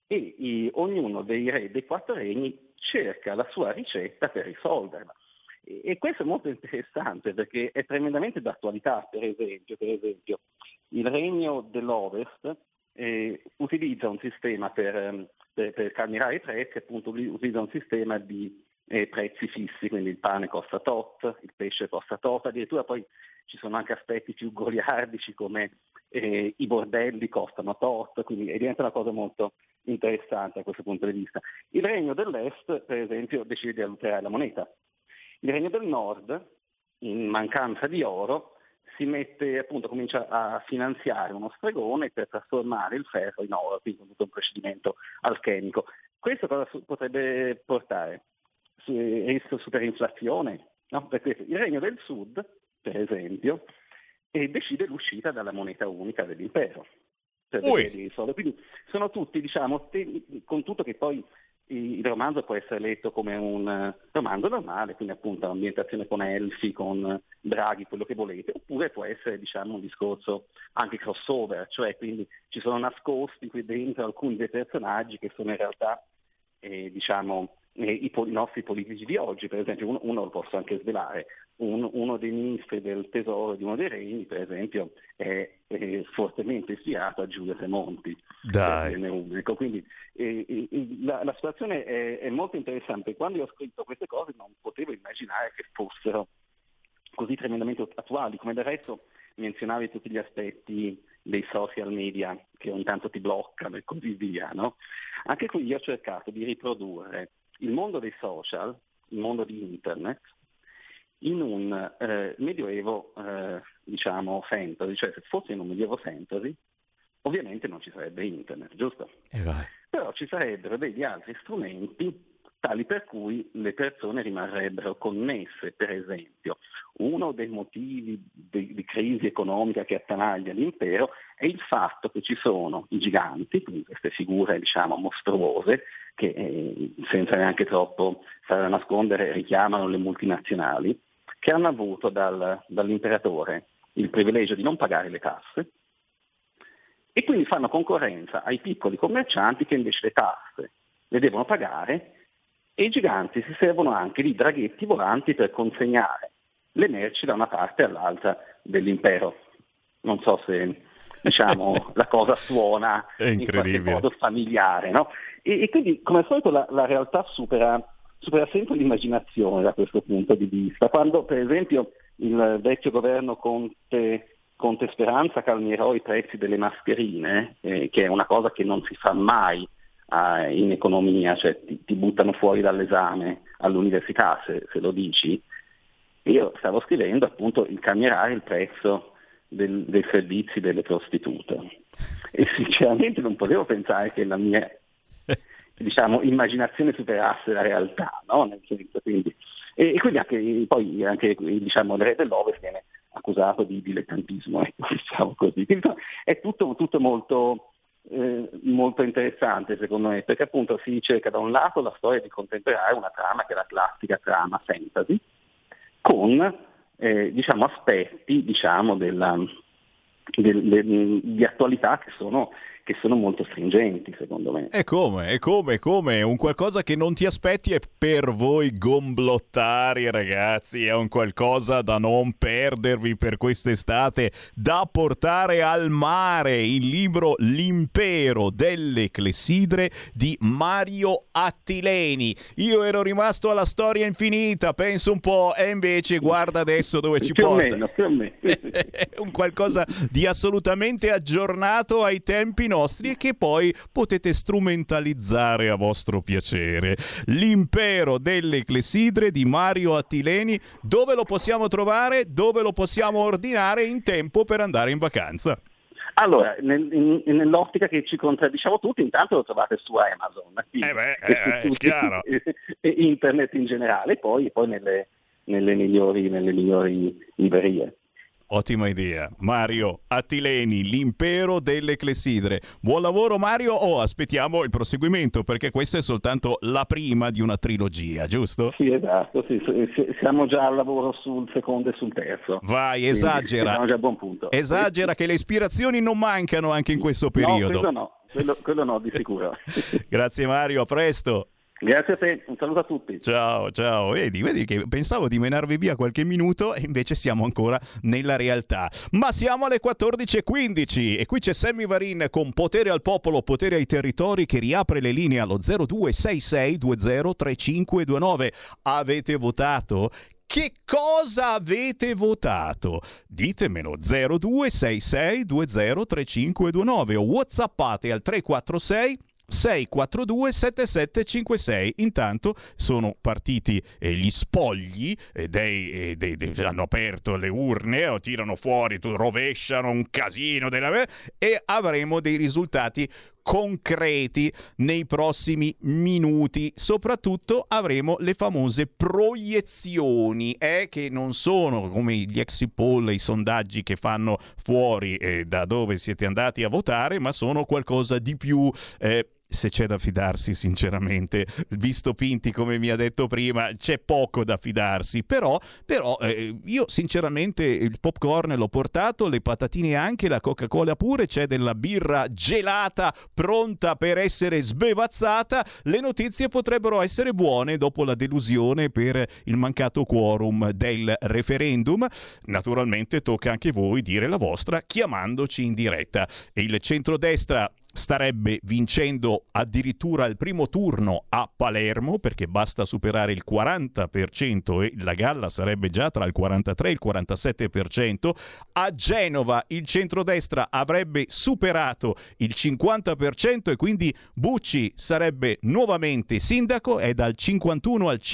e ognuno dei re dei 4 regni cerca la sua ricetta per risolverla. E questo è molto interessante perché è tremendamente d'attualità. Per esempio il regno dell'Ovest utilizza un sistema per calmierare i prezzi, appunto utilizza un sistema di prezzi fissi, quindi il pane costa tot, il pesce costa tot, addirittura poi ci sono anche aspetti più goliardici come i bordelli costano tot, quindi diventa una cosa molto interessante da questo punto di vista. Il regno dell'Est, per esempio, decide di adulterare la moneta. Il regno del Nord, in mancanza di oro, comincia a finanziare uno stregone per trasformare il ferro in oro, quindi con tutto un procedimento alchemico. Questo cosa potrebbe portare? Rischio superinflazione, no? Perché il regno del Sud, per esempio, decide l'uscita dalla moneta unica dell'impero. Quindi sono tutti, diciamo, con tutto che poi il romanzo può essere letto come un romanzo normale, quindi appunto un'ambientazione con elfi, con draghi, quello che volete, oppure può essere, diciamo, un discorso anche crossover, cioè quindi ci sono nascosti qui dentro alcuni dei personaggi che sono in realtà, diciamo, i nostri politici di oggi. Per esempio uno lo posso anche svelare, uno dei ministri del tesoro di uno dei regni, per esempio, è fortemente ispirato a Giulio Tremonti. Dai. Ecco, quindi la situazione è molto interessante. Quando io ho scritto queste cose non potevo immaginare che fossero così tremendamente attuali, come del resto menzionavi tutti gli aspetti dei social media che ogni tanto ti bloccano e così via, no? Anche qui io ho cercato di riprodurre il mondo dei social, il mondo di internet, in un medioevo, diciamo, fantasy, cioè se fosse in un medioevo fantasy, ovviamente non ci sarebbe internet, giusto? Però ci sarebbero degli altri strumenti tali per cui le persone rimarrebbero connesse. Per esempio, uno dei motivi di crisi economica che attanaglia l'impero è il fatto che ci sono i giganti, quindi queste figure, diciamo, mostruose, che senza neanche troppo stare a nascondere richiamano le multinazionali, che hanno avuto dall'imperatore il privilegio di non pagare le tasse, e quindi fanno concorrenza ai piccoli commercianti che invece le tasse le devono pagare, e i giganti si servono anche di draghetti volanti per consegnare le merci da una parte all'altra dell'impero. Non so se, diciamo, la cosa suona in qualche modo familiare, no? E quindi, come al solito, la realtà supera sempre l'immaginazione da questo punto di vista. Quando, per esempio, il vecchio governo Conte Speranza calmierò i prezzi delle mascherine, che è una cosa che non si fa mai in economia, cioè ti buttano fuori dall'esame all'università se lo dici. Io stavo scrivendo appunto il calmierare il prezzo dei servizi delle prostitute, e sinceramente non potevo pensare che la mia, diciamo, immaginazione superasse la realtà, no? Nel senso, quindi, e quindi anche diciamo, il re dell'Ovest viene accusato di dilettantismo, diciamo così. Quindi, è tutto molto interessante secondo me, perché appunto si cerca da un lato la storia di contemperare una trama che è la classica trama fantasy con diciamo aspetti, diciamo, di attualità che sono molto stringenti, secondo me. E come? Un qualcosa che non ti aspetti, e per voi gomblottari, ragazzi, è un qualcosa da non perdervi per quest'estate, da portare al mare, il libro L'impero delle clessidre di Mario Attileni. Io ero rimasto alla storia infinita, penso un po', e invece guarda adesso dove ci porta. Più o meno. Un qualcosa di assolutamente aggiornato ai tempi nostri, e che poi potete strumentalizzare a vostro piacere. L'impero delle clessidre di Mario Attileni. Dove lo possiamo trovare? Dove lo possiamo ordinare in tempo per andare in vacanza? Allora, nell'ottica che ci contraddiciamo tutti, intanto lo trovate su Amazon, è chiaro. E internet in generale, poi nelle migliori librerie. Ottima idea. Mario Attileni, L'impero delle clessidre. Buon lavoro, Mario. Aspettiamo il proseguimento, perché questa è soltanto la prima di una trilogia, giusto? Sì, esatto. Sì. Siamo già al lavoro sul secondo e sul terzo. Vai, esagera. Siamo già a buon punto. Esagera, che le ispirazioni non mancano anche in questo periodo. No, quello no, di sicuro. Grazie Mario, a presto. Grazie a te, un saluto a tutti. Ciao. Vedi che pensavo di menarvi via qualche minuto, e invece siamo ancora nella realtà. Ma siamo alle 14:15 e qui c'è Sammy Varin con Potere al popolo, potere ai territori, che riapre le linee allo 0266203529. Avete votato? Che cosa avete votato? Ditemelo, 0266203529, o whatsappate al 346 642 7756. Intanto sono partiti gli spogli, hanno aperto le urne, tirano fuori, rovesciano un casino e avremo dei risultati concreti nei prossimi minuti. Soprattutto avremo le famose proiezioni, che non sono come gli exit poll, i sondaggi che fanno fuori da dove siete andati a votare, ma sono qualcosa di più. Se c'è da fidarsi, sinceramente, visto Pinti come mi ha detto prima, c'è poco da fidarsi, però io sinceramente il popcorn l'ho portato, le patatine anche, la Coca-Cola pure, c'è della birra gelata pronta per essere sbevazzata. Le notizie potrebbero essere buone dopo la delusione per il mancato quorum del referendum. Naturalmente tocca anche voi dire la vostra chiamandoci in diretta. E il centrodestra starebbe vincendo addirittura il primo turno a Palermo, perché basta superare il 40% e la galla sarebbe già tra il 43 e il 47%. A Genova il centrodestra avrebbe superato il 50% e quindi Bucci sarebbe nuovamente sindaco, è dal 51 al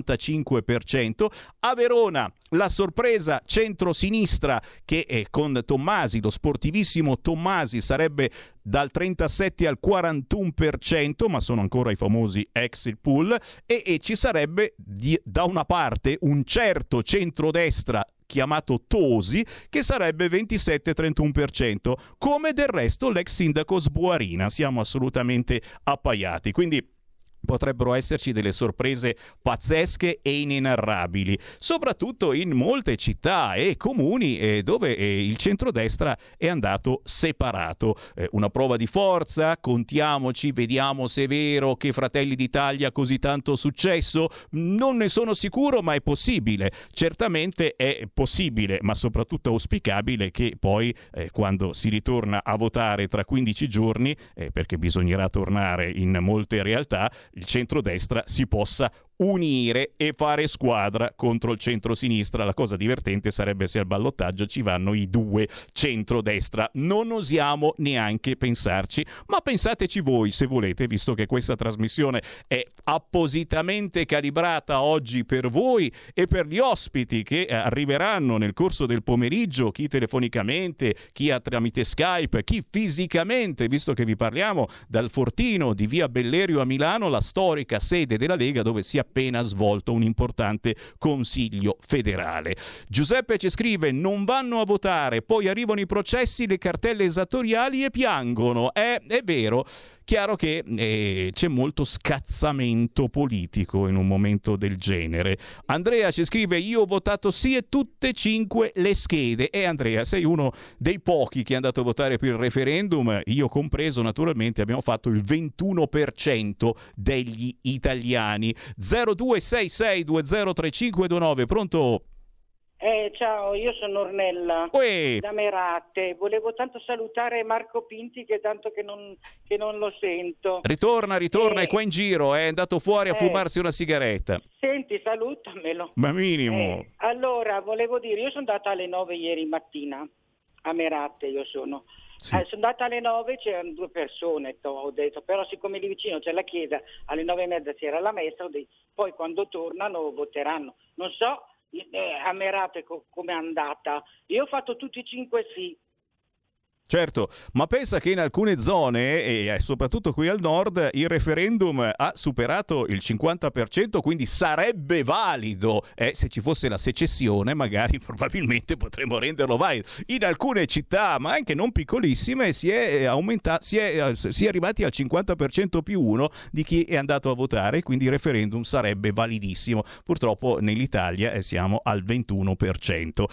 55%. A Verona la sorpresa centro-sinistra che è con Tommasi, lo sportivissimo Tommasi, sarebbe dal 37 al 41%, ma sono ancora i famosi exit poll, e ci sarebbe da una parte un certo centrodestra chiamato Tosi, che sarebbe 27-31%, come del resto l'ex sindaco Sbuarina. Siamo assolutamente appaiati, quindi potrebbero esserci delle sorprese pazzesche e inenarrabili, soprattutto in molte città e comuni dove il centrodestra è andato separato. Una prova di forza, contiamoci, vediamo se è vero che Fratelli d'Italia ha così tanto successo. Non ne sono sicuro, ma è possibile. Certamente è possibile, ma soprattutto auspicabile che poi quando si ritorna a votare tra 15 giorni, perché bisognerà tornare in molte realtà, il centrodestra si possa unire e fare squadra contro il centro-sinistra. La cosa divertente sarebbe se al ballottaggio ci vanno i due centrodestra. Non osiamo neanche pensarci, ma pensateci voi se volete, visto che questa trasmissione è appositamente calibrata oggi per voi e per gli ospiti che arriveranno nel corso del pomeriggio, chi telefonicamente, chi tramite Skype, chi fisicamente, visto che vi parliamo dal Fortino di via Bellerio a Milano, la storica sede della Lega, dove si è appena svolto un importante consiglio federale. Giuseppe ci scrive: non vanno a votare, poi arrivano i processi, le cartelle esattoriali e piangono. È vero. Chiaro che c'è molto scazzamento politico in un momento del genere. Andrea ci scrive: io ho votato sì e tutte e 5 le schede. E Andrea, sei uno dei pochi che è andato a votare per il referendum, io compreso naturalmente. Abbiamo fatto il 21% degli italiani. 0266203529. Pronto? Ciao, io sono Ornella da Merate. Volevo tanto salutare Marco Pinti, che tanto che non lo sento. Ritorna, è qua in giro, è andato fuori a fumarsi una sigaretta. Senti, salutamelo. Ma minimo. Allora, volevo dire, io sono andata alle 9 ieri mattina a Merate, io sono. Sì. Sono andata alle 9, c'erano 2 persone, ho detto, però siccome lì vicino c'è la chiesa, alle 9:30 c'era la messa, poi quando tornano voteranno. Non so a Merate come è andata. Io ho fatto tutti i 5 sì. Certo, ma pensa che in alcune zone, e soprattutto qui al nord, il referendum ha superato il 50%, quindi sarebbe valido. Se ci fosse la secessione, magari probabilmente potremmo renderlo valido. In alcune città, ma anche non piccolissime, si è arrivati al 50% più 1 di chi è andato a votare, quindi il referendum sarebbe validissimo. Purtroppo nell'Italia siamo al 21%.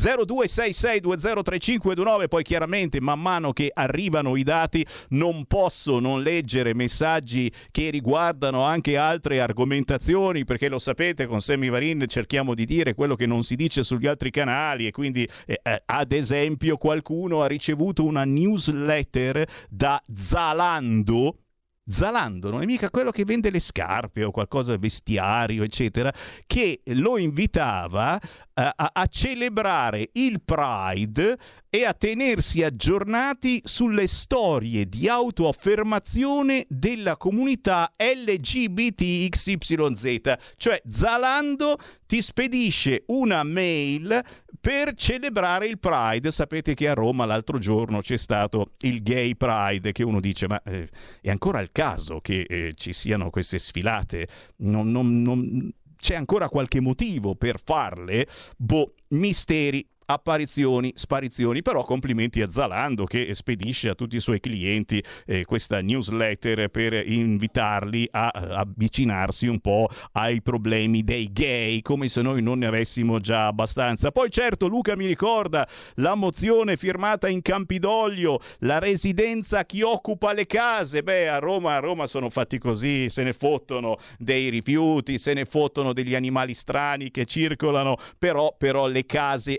0266203529, poi chiaramente man mano che arrivano i dati non posso non leggere messaggi che riguardano anche altre argomentazioni, perché lo sapete, con Sammy Varin cerchiamo di dire quello che non si dice sugli altri canali, e quindi ad esempio qualcuno ha ricevuto una newsletter da Zalando. Zalando non è mica quello che vende le scarpe o qualcosa, vestiario eccetera, che lo invitava a celebrare il Pride e a tenersi aggiornati sulle storie di autoaffermazione della comunità LGBTXYZ. Cioè Zalando ti spedisce una mail per celebrare il Pride. Sapete che a Roma l'altro giorno c'è stato il Gay Pride, che uno dice ma è ancora il caso che ci siano queste sfilate? Non c'è ancora qualche motivo per farle? Misteri, apparizioni, sparizioni. Però complimenti a Zalando che spedisce a tutti i suoi clienti questa newsletter per invitarli a avvicinarsi un po' ai problemi dei gay, come se noi non ne avessimo già abbastanza. Poi certo Luca mi ricorda la mozione firmata in Campidoglio, la residenza a chi occupa le case. A Roma sono fatti così, se ne fottono dei rifiuti, se ne fottono degli animali strani che circolano, però le case a chi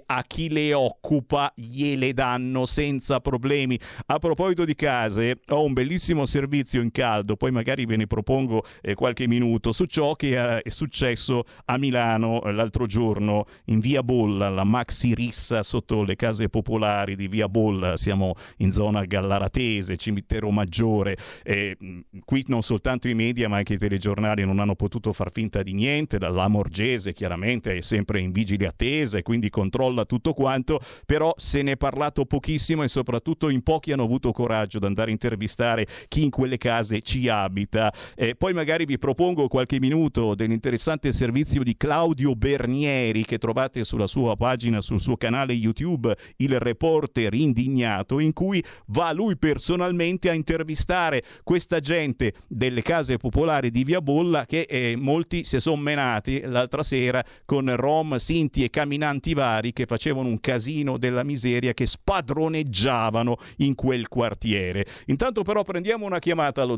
chi le occupa gliele danno senza problemi. A proposito di case, ho un bellissimo servizio in caldo, poi magari ve ne propongo qualche minuto, su ciò che è successo a Milano l'altro giorno in via Bolla, la Maxi Rissa sotto le case popolari di via Bolla. Siamo in zona gallaratese, cimitero maggiore. Qui non soltanto i media ma anche i telegiornali non hanno potuto far finta di niente. La Morgese chiaramente è sempre in vigile attesa e quindi controlla tutto quanto, però se ne è parlato pochissimo e soprattutto in pochi hanno avuto coraggio di andare a intervistare chi in quelle case ci abita. Poi magari vi propongo qualche minuto dell'interessante servizio di Claudio Bernieri che trovate sulla sua pagina, sul suo canale YouTube, Il Reporter Indignato, in cui va lui personalmente a intervistare questa gente delle case popolari di via Bolla che molti si sono menati l'altra sera con rom, sinti e camminanti vari che facevano un casino della miseria, che spadroneggiavano in quel quartiere. Intanto però prendiamo una chiamata allo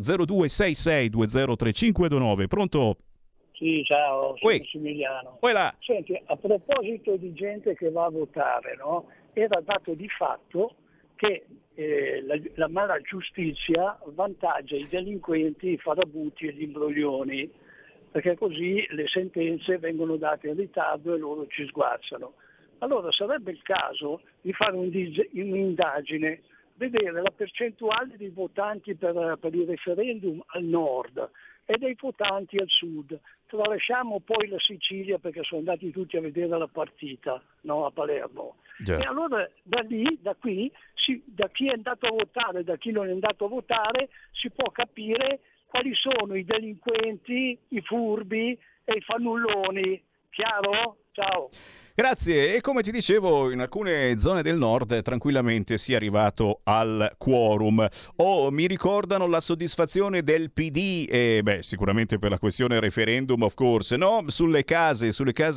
0266203529. Pronto? Sì, ciao, sono Massimiliano. Senti, a proposito di gente che va a votare, no? Era dato di fatto che la mala giustizia avvantaggia i delinquenti, i farabutti e gli imbroglioni, perché così le sentenze vengono date in ritardo e loro ci sguazzano. Allora sarebbe il caso di fare un'indagine, vedere la percentuale dei votanti per il referendum al nord e dei votanti al sud. Tralasciamo poi la Sicilia perché sono andati tutti a vedere la partita, no, a Palermo. Già. E allora da qui, da chi è andato a votare e da chi non è andato a votare, si può capire quali sono i delinquenti, i furbi e i fannulloni. Chiaro? Ciao. Grazie, e come ti dicevo in alcune zone del nord tranquillamente si è arrivato al quorum. Mi ricordano la soddisfazione del PD, sicuramente per la questione referendum of course, no? Sulle case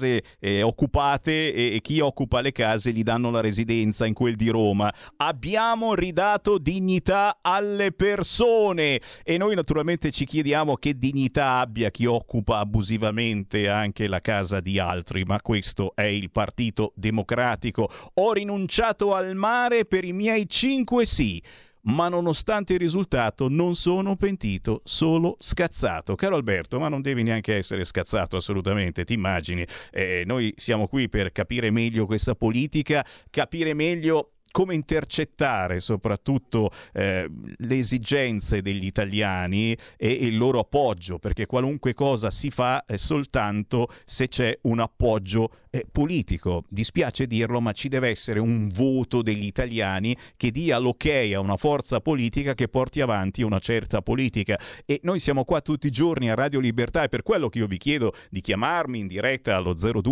occupate e chi occupa le case gli danno la residenza in quel di Roma. Abbiamo ridato dignità alle persone e noi naturalmente ci chiediamo che dignità abbia chi occupa abusivamente anche la casa di altri, ma questo è il Partito Democratico. Ho rinunciato al mare per i miei 5 sì, ma nonostante il risultato non sono pentito, solo scazzato. Caro Alberto, ma non devi neanche essere scazzato assolutamente, ti immagini? Noi siamo qui per capire meglio questa politica, capire meglio come intercettare soprattutto le esigenze degli italiani e il loro appoggio, perché qualunque cosa si fa soltanto se c'è un appoggio politico. Dispiace dirlo, ma ci deve essere un voto degli italiani che dia l'ok a una forza politica che porti avanti una certa politica. E noi siamo qua tutti i giorni a Radio Libertà, e per quello che io vi chiedo di chiamarmi in diretta allo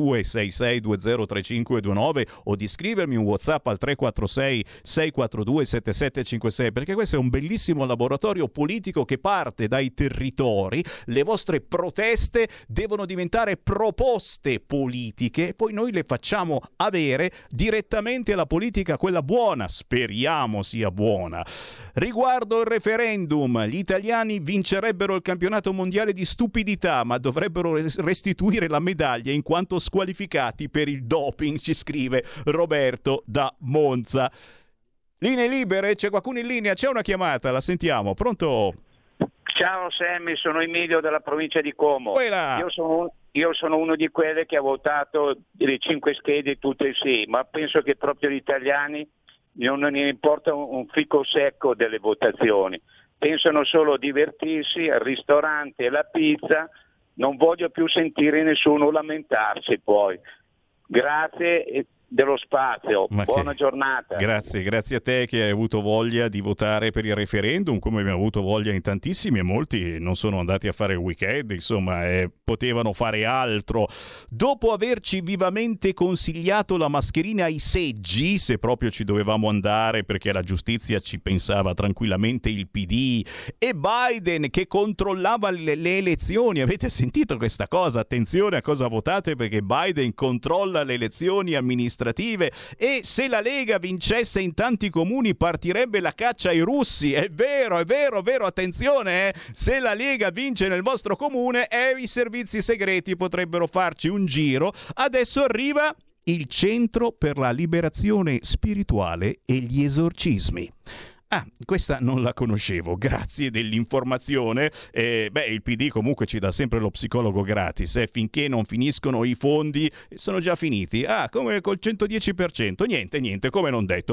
0266203529 o di scrivermi un WhatsApp al 346 642 7756, perché questo è un bellissimo laboratorio politico che parte dai territori. Le vostre proteste devono diventare proposte politiche e poi noi le facciamo avere direttamente alla politica, quella buona, speriamo sia buona. Riguardo il referendum, gli italiani vincerebbero il campionato mondiale di stupidità, ma dovrebbero restituire la medaglia in quanto squalificati per il doping, ci scrive Roberto da Monza. Linee libere, c'è qualcuno in linea? C'è una chiamata, la sentiamo. Pronto? Ciao Sammy, sono Emilio della provincia di Como. Io sono uno di quelli che ha votato le 5 schede tutte sì, ma penso che proprio gli italiani non ne importa un fico secco delle votazioni. Pensano solo a divertirsi, al ristorante e alla pizza. Non voglio più sentire nessuno lamentarsi poi. Grazie dello spazio, buona giornata. Grazie a te che hai avuto voglia di votare per il referendum, come abbiamo avuto voglia in tantissimi, e molti non sono andati a fare il weekend, insomma, potevano fare altro. Dopo averci vivamente consigliato la mascherina ai seggi, se proprio ci dovevamo andare perché la giustizia ci pensava tranquillamente il PD, e Biden che controllava le elezioni, avete sentito questa cosa? Attenzione a cosa votate, perché Biden controlla le elezioni amministrative, e se la Lega vincesse in tanti comuni partirebbe la caccia ai russi. È vero, attenzione, se la Lega vince nel vostro comune i servizi segreti potrebbero farci un giro. Adesso arriva il Centro per la Liberazione Spirituale e gli Esorcismi. Ah, questa non la conoscevo, grazie dell'informazione. Il PD comunque ci dà sempre lo psicologo gratis, finché non finiscono i fondi sono già finiti. Ah, come col 110%, niente, come non detto.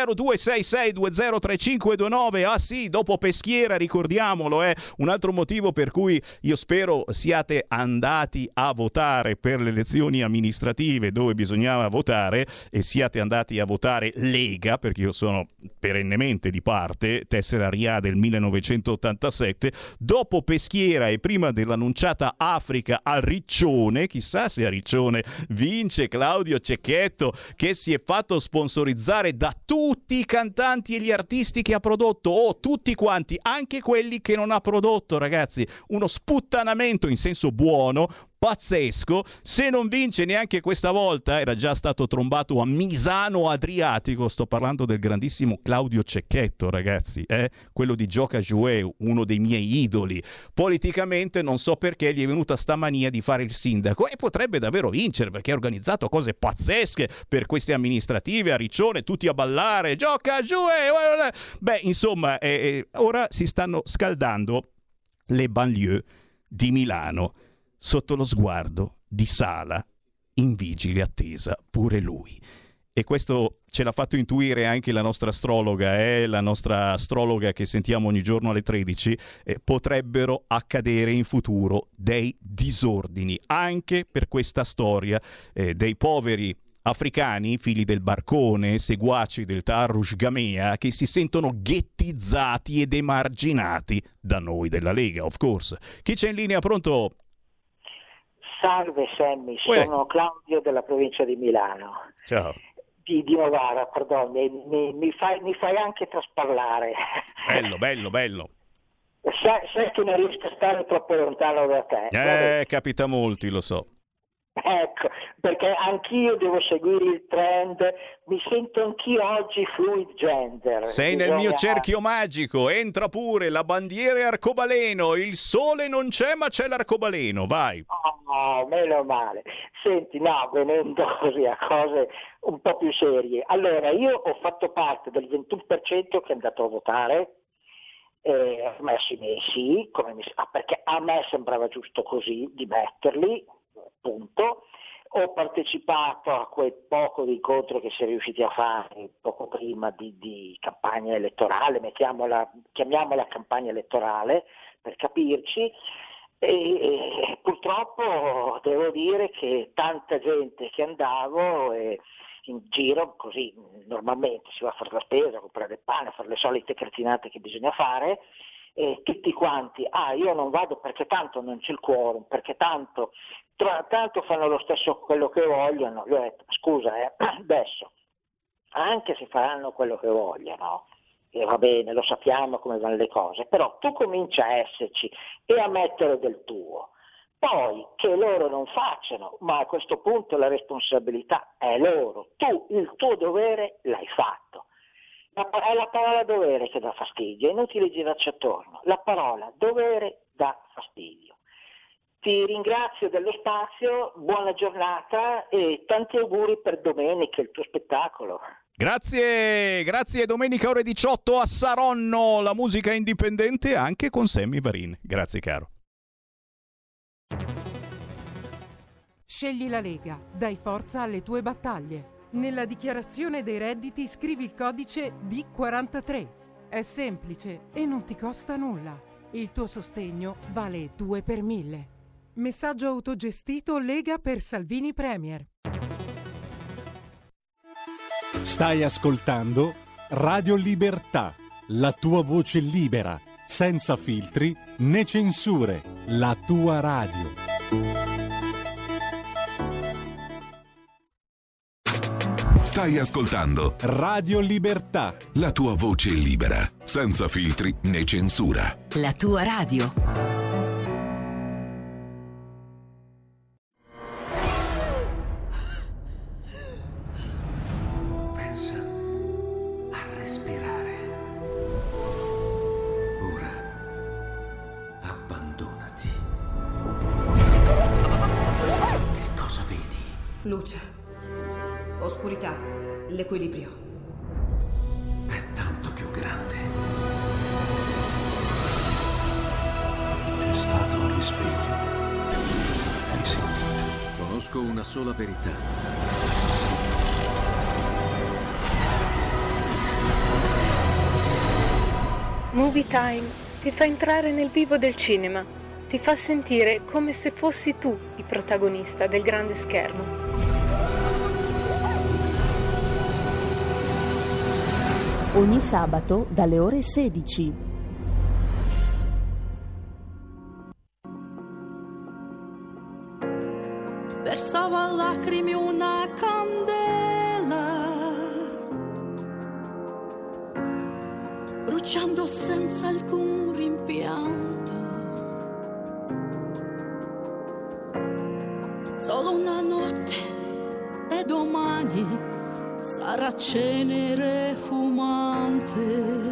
0266203529. Ah sì, dopo Peschiera, ricordiamolo, è un altro motivo per cui io spero siate andati a votare per le elezioni amministrative dove bisognava votare, e siate andati a votare Lega, perché io sono perennemente di parte, tessera RIA del 1987. Dopo Peschiera e prima dell'annunciata Africa a Riccione, chissà se a Riccione vince Claudio Cecchetto, che si è fatto sponsorizzare da tutti i cantanti e gli artisti che ha prodotto, tutti quanti, anche quelli che non ha prodotto, ragazzi. Uno sputtanamento in senso buono, pazzesco. Se non vince neanche questa volta, era già stato trombato a Misano Adriatico. Sto parlando del grandissimo Claudio Cecchetto, ragazzi, quello di Gioca Jouet, uno dei miei idoli. Politicamente non so perché gli è venuta sta mania di fare il sindaco, e potrebbe davvero vincere perché ha organizzato cose pazzesche per queste amministrative a Riccione, tutti a ballare Gioca Jouet. Beh, insomma, ora si stanno scaldando le banlieue di Milano sotto lo sguardo di Sala, in vigile attesa pure lui. E questo ce l'ha fatto intuire anche la nostra astrologa, che sentiamo ogni giorno alle 13. Potrebbero accadere in futuro dei disordini anche per questa storia dei poveri africani, figli del barcone, seguaci del Tarush Gamea, che si sentono ghettizzati ed emarginati da noi della Lega, of course. Chi c'è in linea? Pronto? Salve Sammy, sono Claudio della provincia di Milano. Ciao. Di Novara, pardon, mi fai anche trasparlare. Bello. Sai che non riesco a stare troppo lontano da te. Capita a molti, lo so. Ecco, perché anch'io devo seguire il trend, mi sento anch'io oggi fluid gender. Sei nel mio cerchio magico, entra pure, la bandiera è arcobaleno, il sole non c'è ma c'è l'arcobaleno, vai. Oh, meno male. Senti, venendo così a cose un po' più serie. Allora, io ho fatto parte del 21% che è andato a votare, ho messo i miei sì, perché a me sembrava giusto così di metterli. Punto. Ho partecipato a quel poco di incontro che si è riusciti a fare poco prima di campagna elettorale, chiamiamola campagna elettorale per capirci, e purtroppo devo dire che tanta gente che andavo in giro, così normalmente si va a fare la spesa, a comprare il pane, a fare le solite cretinate che bisogna fare, e tutti quanti, io non vado perché tanto non c'è il quorum, perché tanto fanno lo stesso quello che vogliono. Io ho detto, scusa, adesso, anche se faranno quello che vogliono, e va bene, lo sappiamo come vanno le cose, però tu comincia a esserci e a mettere del tuo. Poi che loro non facciano, ma a questo punto la responsabilità è loro. Tu il tuo dovere l'hai fatto. È la parola dovere che dà fastidio, è inutile girarci attorno. La parola dovere dà fastidio. Ti ringrazio dello spazio, buona giornata e tanti auguri per domenica, il tuo spettacolo. Grazie, domenica ore 18 a Saronno, la musica indipendente anche con Sammy Varin. Grazie caro. Scegli la Lega, dai forza alle tue battaglie. Nella dichiarazione dei redditi scrivi il codice D43. È semplice e non ti costa nulla. Il tuo sostegno vale 2 per 1000. Messaggio autogestito Lega per Salvini Premier. Stai ascoltando Radio Libertà, la tua voce libera, senza filtri né censure, la tua radio. Stai ascoltando Radio Libertà, la tua voce libera, senza filtri né censura. La tua radio. Pensa a respirare. Ora abbandonati. Che cosa vedi? Luce. nell'oscurità l'equilibrio. È tanto più grande. È stato un risveglio. Hai sentito? Conosco una sola verità. Movie Time ti fa entrare nel vivo del cinema, ti fa sentire come se fossi tu il protagonista del grande schermo. Ogni sabato dalle ore 16. Versava lacrime una candela, bruciando senza alcun rimpianto. Solo una notte e domani sarà cenere fumante.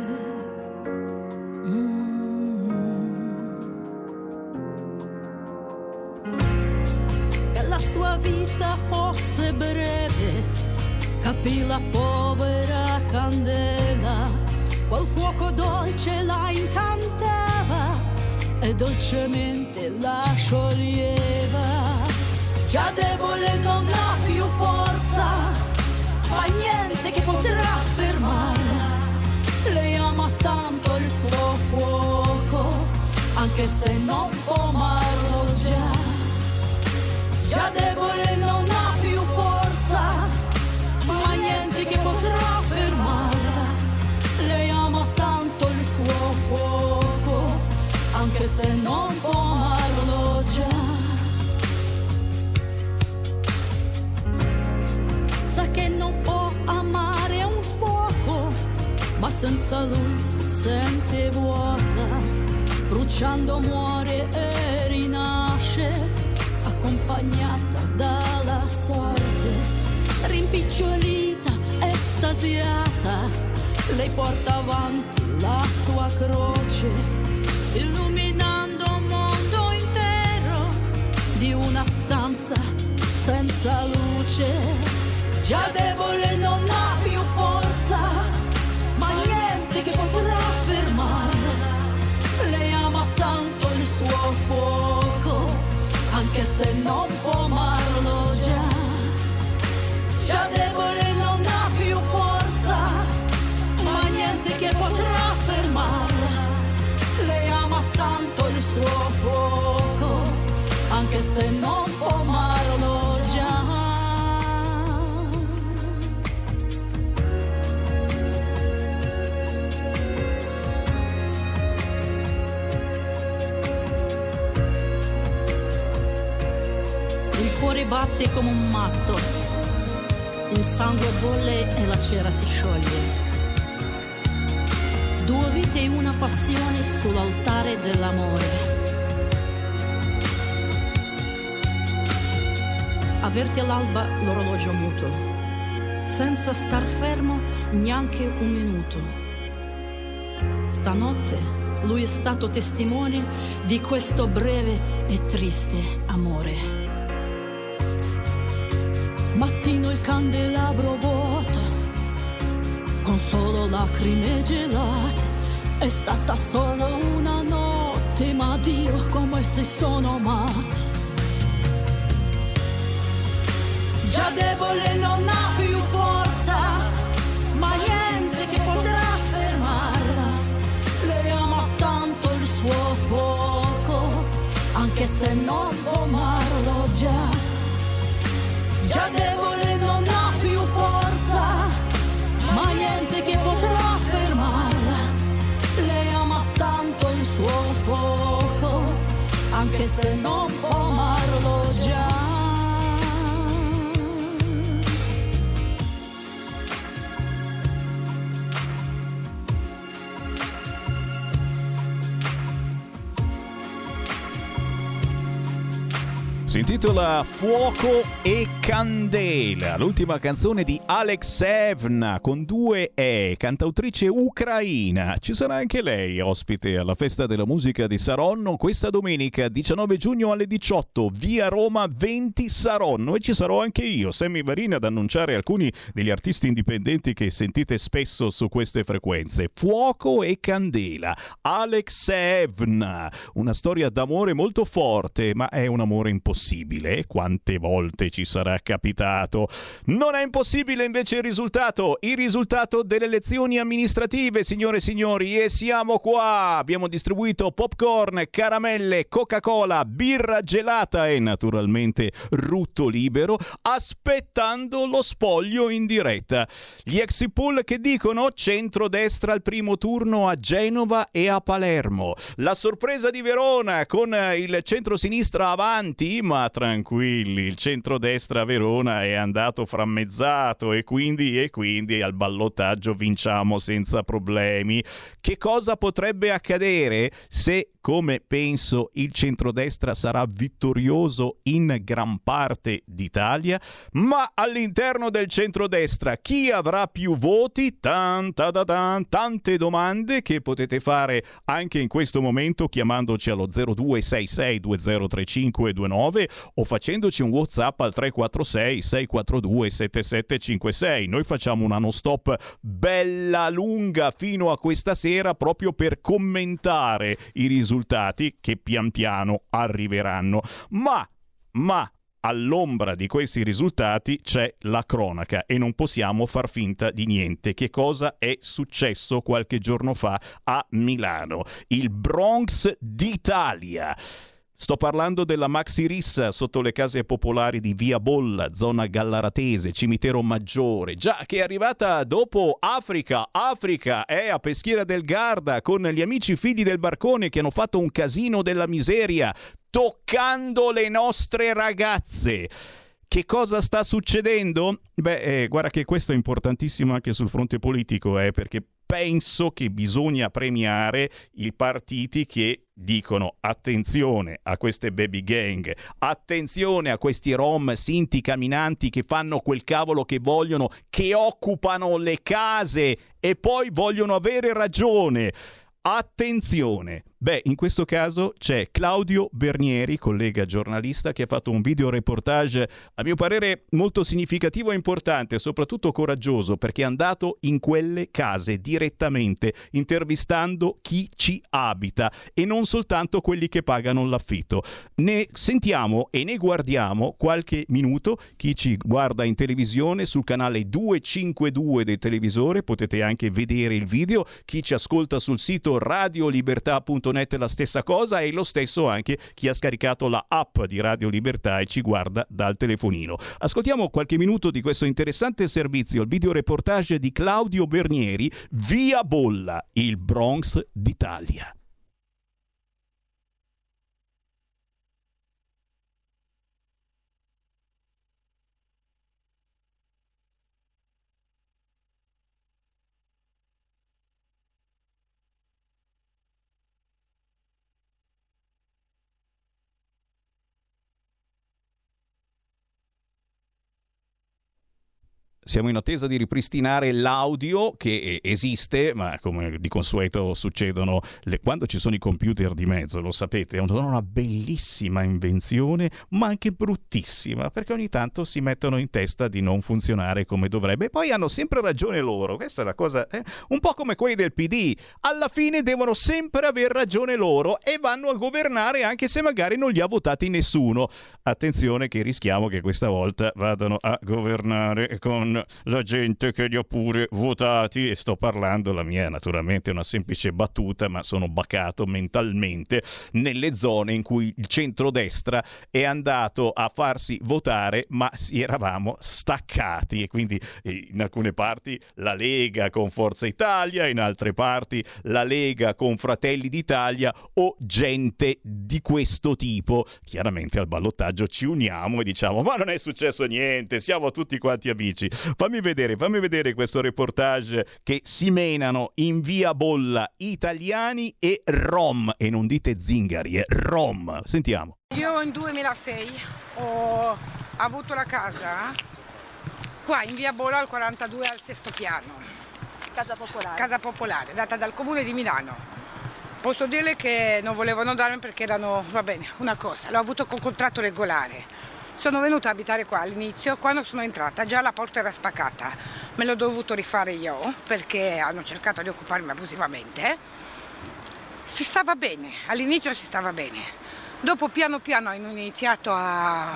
Che la sua vita fosse breve, capì la povera candela, quel fuoco dolce la incantava e dolcemente la scioglieva. Già debole non ha più forza, ma niente che potrà fermarla. Lei ama tanto il suo fuoco, anche se non può amarlo già. Già debole non ha più forza, ma niente che potrà fermarla. Lei ama tanto il suo fuoco, anche se non può amarlo già. Che non può amare un fuoco, ma senza lui si sente vuota, bruciando muore e rinasce, accompagnata dalla sorte, rimpicciolita, estasiata, lei porta avanti la sua croce, illuminando un mondo intero di una stanza senza luce. Già debole non ha più forza, ma niente che potrà fermarla. Lei ama tanto il suo fuoco, anche se non può amarlo già. Già debole non ha più forza, ma niente che potrà fermarla. Lei ama tanto il suo fuoco, anche se non può amarlo già. Il cuore batte come un matto, il sangue bolle e la cera si scioglie. Due vite e una passione sull'altare dell'amore. Avverti all'alba l'orologio muto, senza star fermo neanche un minuto. Stanotte lui è stato testimone di questo breve e triste amore. Mattino il candelabro vuoto, con solo lacrime gelate. È stata solo una notte, ma Dio come si sono amati. Già debole non ha più forza, ma niente che potrà fermarla. Lei ama tanto il suo fuoco, anche se non può amarlo già. Già debole non ha più forza, ma niente che potrà fermarla. Lei ama tanto il suo fuoco, anche se non può amarlo già. Si intitola Fuoco e Candela, l'ultima canzone di Alexeyevna con 2 E, cantautrice ucraina. Ci sarà anche lei ospite alla Festa della Musica di Saronno questa domenica 19 giugno alle 18, via Roma 20 Saronno, e ci sarò anche io, Sammy Varin, ad annunciare alcuni degli artisti indipendenti che sentite spesso su queste frequenze. Fuoco e Candela, Alexeyevna, una storia d'amore molto forte, ma è un amore impossibile. Quante volte ci sarà capitato? Non è impossibile invece il risultato delle elezioni amministrative, signore e signori, e siamo qua. Abbiamo distribuito popcorn, caramelle, Coca-Cola, birra gelata e naturalmente rutto libero, aspettando lo spoglio in diretta. Gli exit poll che dicono centrodestra al primo turno a Genova e a Palermo. La sorpresa di Verona con il centrosinistra avanti, ma tranquilli, il centrodestra a Verona è andato frammezzato e quindi al ballottaggio vinciamo senza problemi. Che cosa potrebbe accadere se, come penso, il centrodestra sarà vittorioso in gran parte d'Italia? Ma all'interno del centrodestra chi avrà più voti? Tante domande che potete fare anche in questo momento chiamandoci allo 0266203529 o facendoci un WhatsApp al 346 642 7756. Noi facciamo una non stop bella lunga fino a questa sera proprio per commentare i risultati che pian piano arriveranno. Ma all'ombra di questi risultati c'è la cronaca e non possiamo far finta di niente. Che cosa è successo qualche giorno fa a Milano? Il Bronx d'Italia. Sto parlando della Maxi Rissa sotto le case popolari di Via Bolla, zona Gallaratese, cimitero Maggiore. Già, che è arrivata dopo Africa, a Peschiera del Garda, con gli amici figli del barcone che hanno fatto un casino della miseria, toccando le nostre ragazze. Che cosa sta succedendo? Guarda che questo è importantissimo anche sul fronte politico, perché penso che bisogna premiare i partiti che dicono attenzione a queste baby gang, attenzione a questi rom sinti camminanti che fanno quel cavolo che vogliono, che occupano le case e poi vogliono avere ragione. Attenzione! In questo caso c'è Claudio Bernieri, collega giornalista, che ha fatto un video reportage, a mio parere molto significativo e importante, soprattutto coraggioso, perché è andato in quelle case direttamente, intervistando chi ci abita e non soltanto quelli che pagano l'affitto. Ne sentiamo e ne guardiamo qualche minuto. Chi ci guarda in televisione sul canale 252 del televisore potete anche vedere il video, chi ci ascolta sul sito radiolibertà.net la stessa cosa, e lo stesso anche chi ha scaricato la app di Radio Libertà e ci guarda dal telefonino. Ascoltiamo qualche minuto di questo interessante servizio, il video reportage di Claudio Bernieri, Via Bolla, il Bronx d'Italia. Siamo in attesa di ripristinare l'audio che esiste, ma come di consueto succedono quando ci sono i computer di mezzo, lo sapete, è una bellissima invenzione, ma anche bruttissima, perché ogni tanto si mettono in testa di non funzionare come dovrebbe, e poi hanno sempre ragione loro. Questa è la cosa, un po' come quelli del PD, alla fine devono sempre aver ragione loro e vanno a governare anche se magari non li ha votati nessuno. Attenzione che rischiamo che questa volta vadano a governare con la gente che li ha pure votati, e sto parlando, la mia naturalmente è una semplice battuta, ma sono bacato mentalmente nelle zone in cui il centrodestra è andato a farsi votare, ma eravamo staccati, e quindi in alcune parti la Lega con Forza Italia, in altre parti la Lega con Fratelli d'Italia o gente di questo tipo. Chiaramente al ballottaggio ci uniamo e diciamo: ma non è successo niente, siamo tutti quanti amici. Fammi vedere questo reportage che si menano in via Bolla italiani e rom, e non dite zingari, rom. Sentiamo. Io in 2006 ho avuto la casa qua in via Bolla al 42 al sesto piano. Casa popolare, data dal comune di Milano. Posso dirle che non volevano darmi perché erano, va bene, una cosa, l'ho avuto con contratto regolare. Sono venuta a abitare qua all'inizio, quando sono entrata già la porta era spaccata. Me l'ho dovuto rifare io perché hanno cercato di occuparmi abusivamente. Si stava bene, all'inizio si stava bene. Dopo piano piano hanno iniziato a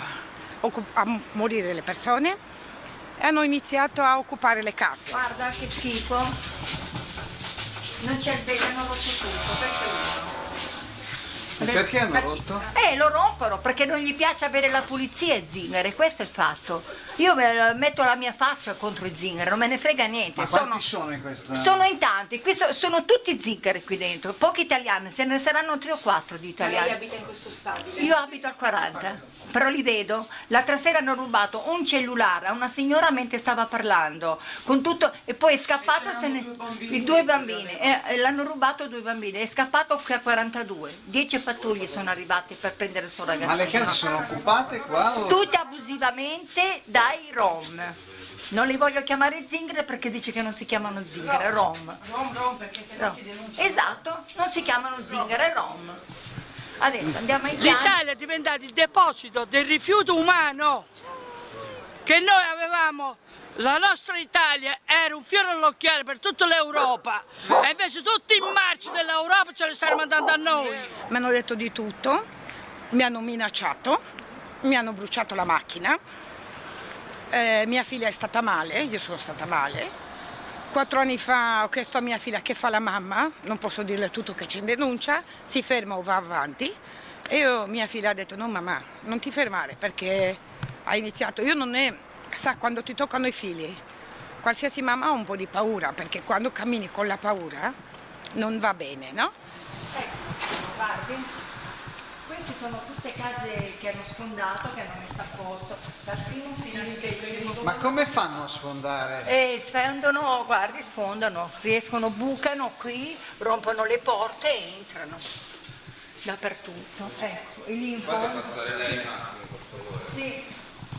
morire le persone e hanno iniziato a occupare le case. Guarda che schifo. Non c'è il velo, hanno rotto tutto, questo è uno. Perché hanno rotto? Lo rompono perché non gli piace avere la pulizia e zingare, questo è il fatto. Io metto la mia faccia contro i zingari, non me ne frega niente. Ma quanti sono in questa? Sono in tanti, qui sono tutti zingari qui dentro, pochi italiani, se ne saranno 3 o 4 di italiani. Lei abita in questo stabile? Io abito al 40, però li vedo. L'altra sera hanno rubato un cellulare a una signora mentre stava parlando, con tutto, e poi è scappato i 2 bambini, l'hanno rubato 2 bambini, è scappato qui al 42. 10 pattuglie sono arrivate per prendere sto ragazzino. Ma le case sono occupate qua? O... Tutte abusivamente dai rom. Non li voglio chiamare zingare perché dice che non si chiamano zingare, rom. Rom perché se no ti denunciano. Esatto, non si chiamano zingare, rom. Adesso andiamo in L'Italia è diventata il deposito del rifiuto umano che noi avevamo. La nostra Italia era un fiore all'occhiale per tutta l'Europa e invece tutti i marci dell'Europa ce li stanno mandando a noi. Mi hanno detto di tutto, mi hanno minacciato, mi hanno bruciato la macchina, mia figlia è stata male, io sono stata male. 4 anni fa ho chiesto a mia figlia che fa la mamma, non posso dirle tutto che c'è in denuncia, si ferma o va avanti. E mia figlia ha detto no mamma, non ti fermare perché ha iniziato, io non è... Sa, quando ti toccano i figli, qualsiasi mamma ha un po' di paura, perché quando cammini con la paura non va bene, no? Ecco, guardi, queste sono tutte case che hanno sfondato, che hanno messo a posto, dal primo fino al settimo. Ma come fanno a sfondare? Sfondano, guardi, sfondano, bucano qui, rompono le porte e entrano dappertutto. Ecco, e lì in fondo... Fate passare lei un attimo, per favore. Sì.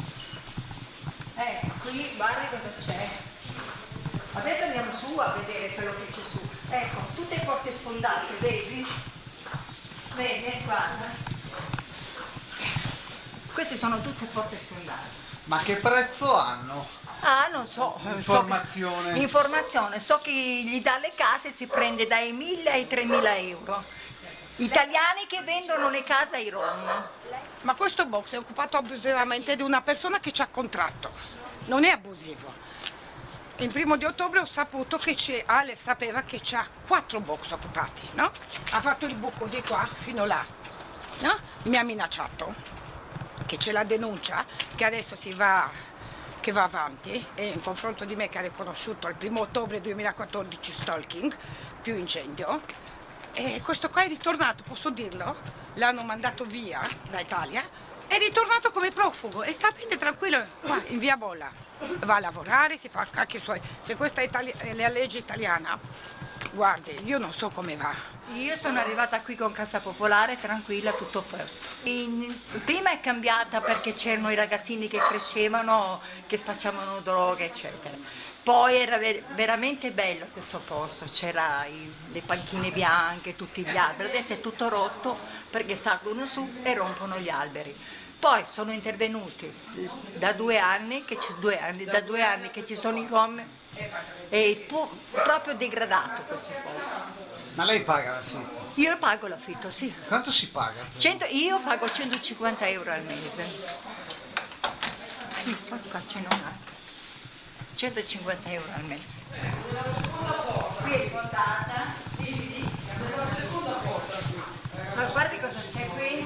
Qui guarda cosa c'è. Adesso andiamo su a vedere quello che c'è su. Ecco, tutte porte sfondate, vedi? Vedi, guarda. Queste sono tutte porte sfondate. Ma che prezzo hanno? Ah, non so. Informazione. Informazione. So che gli dà le case si prende dai 1.000 ai 3.000 euro. Italiani che vendono le case ai rom. Ma questo box è occupato abusivamente di una persona che ci ha contratto, non è abusivo. Il 1° ottobre ho saputo che Ale sapeva che c'ha 4 box occupati, no? Ha fatto il buco di qua fino là, no? Mi ha minacciato che c'è la denuncia, che adesso che va avanti, e in confronto di me che ha riconosciuto il 1° ottobre 2014 stalking, più incendio. E questo qua è ritornato, posso dirlo? L'hanno mandato via da Italia, è ritornato come profugo e sta bene tranquillo qua in via Bolla. Va a lavorare, si fa cacchi suoi. Se questa è la legge italiana, guardi, io non so come va. Io sono arrivata qui con Casa Popolare, tranquilla, tutto a posto. Prima è cambiata perché c'erano i ragazzini che crescevano, che spacciavano droga, eccetera. Poi era veramente bello questo posto, c'era le panchine bianche, tutti gli alberi, adesso è tutto rotto perché salgono su e rompono gli alberi. Poi sono intervenuti da 2 anni che ci sono i rom, è proprio degradato questo posto. Ma lei paga l'affitto? Io pago l'affitto, sì. Quanto si paga? Io pago 150 euro al mese. Sì, so qua c'è un altro. 150 euro al mese. Qui è sfondata. La seconda porta qui. Ma guardi cosa c'è qui.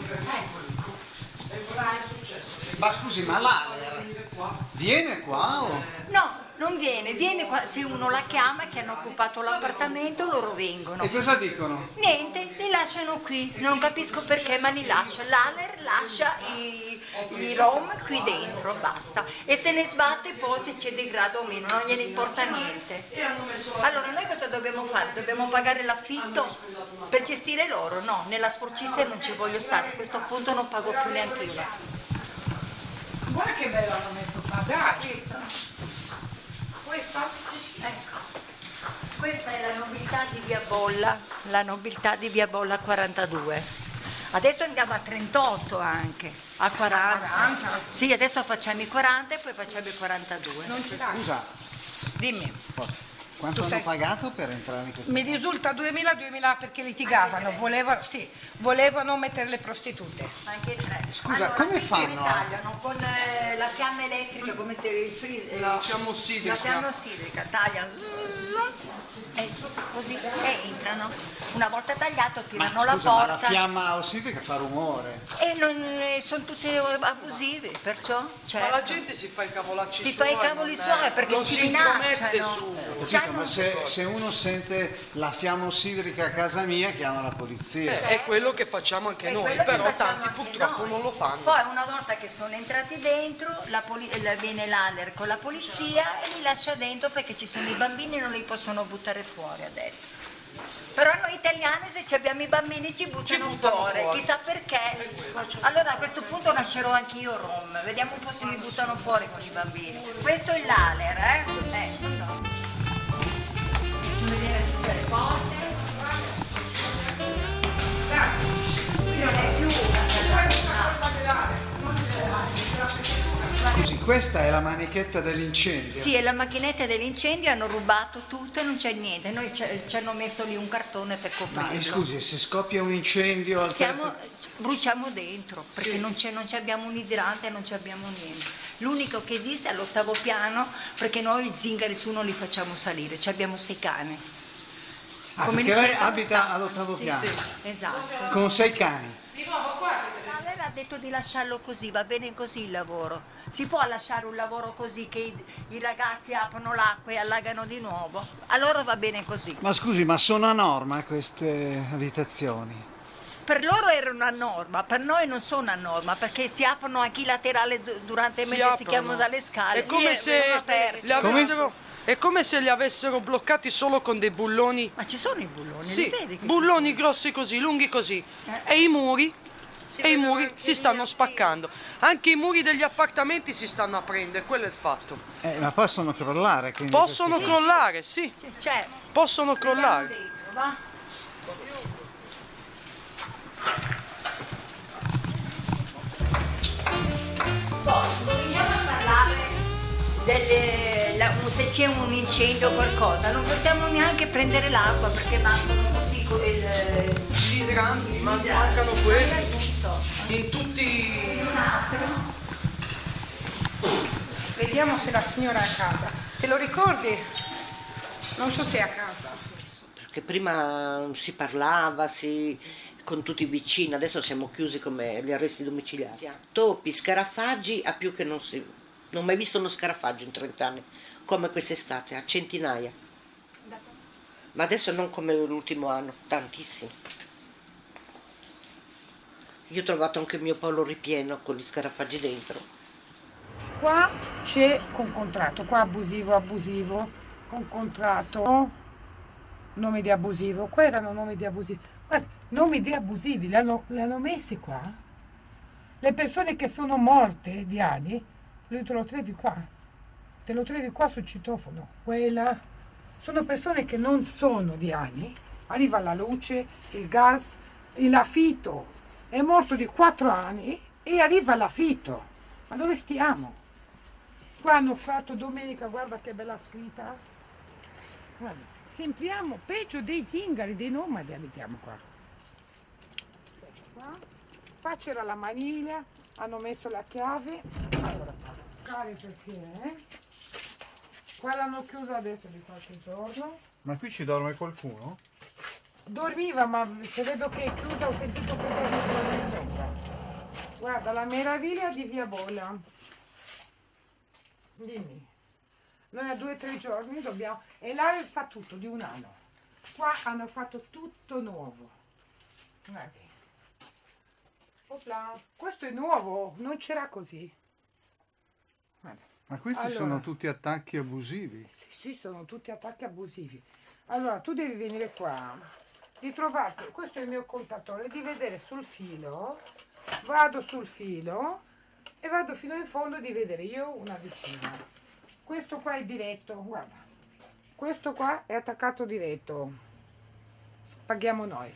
Ma scusi, ma l'Ale viene qua o? No, non viene qua, se uno la chiama che hanno occupato l'appartamento loro vengono. E cosa dicono? Niente, di là lasciano qui, non capisco perché, ma li lascia. L'Aler lascia i rom qui dentro, basta. E se ne sbatte poi se c'è degrado o meno, non gliene importa niente. Allora noi cosa dobbiamo fare? Dobbiamo pagare l'affitto per gestire loro? No, nella sporcizia non ci voglio stare, a questo punto non pago più neanche io l'affitto. Guarda che bello hanno messo qua, dai. Questa? Ecco. Questa è la nobiltà di Via Bolla, la nobiltà di Via Bolla 42. Adesso andiamo a 38 anche, a 40. Sì, adesso facciamo i 40 e poi facciamo i 42. Non ci dai. Scusa. Dimmi. Quanto hanno pagato per entrare in questa Mi risulta 2000 perché litigavano, volevano mettere le prostitute. Anche 3. Scusa, allora, come fanno? Tagliano con la fiamma elettrica, come se la fiamma ossidrica. La fiamma ossidrica, tagliano e così entrano. Una volta tagliato tirano la porta. Ma la fiamma ossidrica fa rumore. E sono tutte abusive, perciò. Certo. Ma la gente si fa i cavolacci suoi. Si fa i cavoli suoi perché non ci si intromette minacciano. Ma se uno sente la fiamma ossidrica a casa mia, chiama la polizia. È quello che facciamo anche noi, però tanti purtroppo non lo fanno. Poi una volta che sono entrati dentro, viene l'Aler con la polizia e li lascia dentro perché ci sono i bambini e non li possono buttare fuori adesso. Però noi italiani se abbiamo i bambini ci buttano fuori, chissà perché. Allora a questo punto nascerò anch'io rom, vediamo un po' se mi buttano fuori con i bambini. Questo è l'Aler, no. Vedere tutte le porte. Non è più Scusi, questa è la manichetta dell'incendio? Sì, è la macchinetta dell'incendio, hanno rubato tutto e non c'è niente. Noi ci hanno messo lì un cartone per coprirlo. Ma scusi, se scoppia un incendio bruciamo dentro, perché sì. non abbiamo un idrante, non abbiamo niente. L'unico che esiste è all'ottavo piano, perché noi i zingari su non li facciamo salire, abbiamo 6 cani. Come perché lei abita all'ottavo piano? Sì, esatto. Con 6 cani? Di nuovo qua lei ha detto di lasciarlo così, va bene così il lavoro. Si può lasciare un lavoro così che i ragazzi aprono l'acqua e allagano di nuovo? Allora va bene così. Ma scusi, ma sono a norma queste abitazioni? Per loro erano a norma, per noi non sono a norma, perché si aprono anche i laterali durante il mentre si chiamano dalle scale. È come se è come se li avessero bloccati solo con dei bulloni. Ma ci sono i bulloni, sì, li vedi che bulloni grossi così, lunghi così. E i muri si stanno spaccando. Anche i muri degli appartamenti si stanno aprendo, e quello è il fatto. Ma possono crollare, quindi. Possono crollare, sì. Cioè, possono crollare. Dentro, va? Poi cominciamo a parlare se c'è un incendio o qualcosa, non possiamo neanche prendere l'acqua perché mancano tutti gli idranti, mancano quelli in tutti. Vediamo se la signora è a casa. Te lo ricordi? Non so se è a casa. Perché prima si parlava, con tutti i vicini, adesso siamo chiusi come gli arresti domiciliari. Topi, scarafaggi, a più che non ho mai visto uno scarafaggio in 30 anni, come quest'estate, a centinaia. Ma adesso non come l'ultimo anno, tantissimi. Io ho trovato anche il mio polo ripieno con gli scarafaggi dentro. Qua c'è con contratto, qua abusivo, con contratto, nome di abusivo, qua erano nomi di abusivi. Guarda, nomi di abusivi, li hanno messi qua. Le persone che sono morte di anni, te lo trovi qua sul citofono. Quella, sono persone che non sono di anni, arriva la luce, il gas, l'affitto, è morto di 4 anni e arriva l'affitto. Ma dove stiamo? Qua hanno fatto domenica, guarda che bella scritta. Guarda, sembriamo peggio dei zingari, dei nomadi abitiamo qua. Qua c'era la maniglia, hanno messo la chiave. Allora, perché? Qua l'hanno chiusa adesso di qualche giorno. Ma qui ci dorme qualcuno? Dormiva, ma se vedo che è chiusa ho sentito qualcosa sopra. Guarda, la meraviglia di Via Bolla. Dimmi. Noi a 2 o 3 giorni dobbiamo... E l'area sa tutto di un anno. Qua hanno fatto tutto nuovo. Guardi. Opla. Questo è nuovo, non c'era così. Guarda. Ma questi sono tutti attacchi abusivi. Sì, sono tutti attacchi abusivi. Allora, tu devi venire qua, di trovarti, questo è il mio contatore, di vedere sul filo, vado sul filo e vado fino in fondo di vedere io una vicina. Questo qua è diretto, guarda, questo qua è attaccato diretto, paghiamo noi.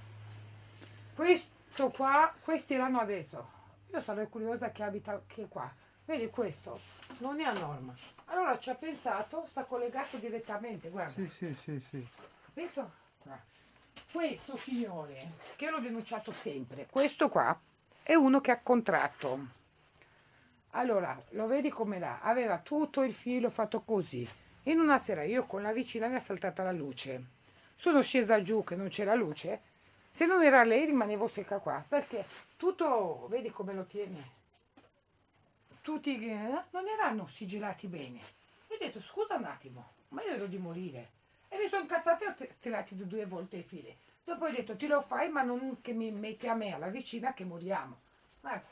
Questo qua, questi erano adesso, io sarei curiosa che abita che è qua, vedi questo, non è a norma. Allora ci ha pensato, sta collegato direttamente, guarda. Sì. Capito? Questo signore, che l'ho denunciato sempre, questo qua è uno che ha contratto. Allora, lo vedi come là? Aveva tutto il filo fatto così. In una sera io con la vicina mi è saltata la luce. Sono scesa giù che non c'era luce. Se non era lei rimanevo secca qua, perché tutto, vedi come lo tiene? Tutti non erano sigillati bene. Io ho detto scusa un attimo, ma io ero di morire. E mi sono incazzata e ho tirato 2 volte i fili. Dopo ho detto ti lo fai ma non che mi metti a me, alla vicina che moriamo. Guarda.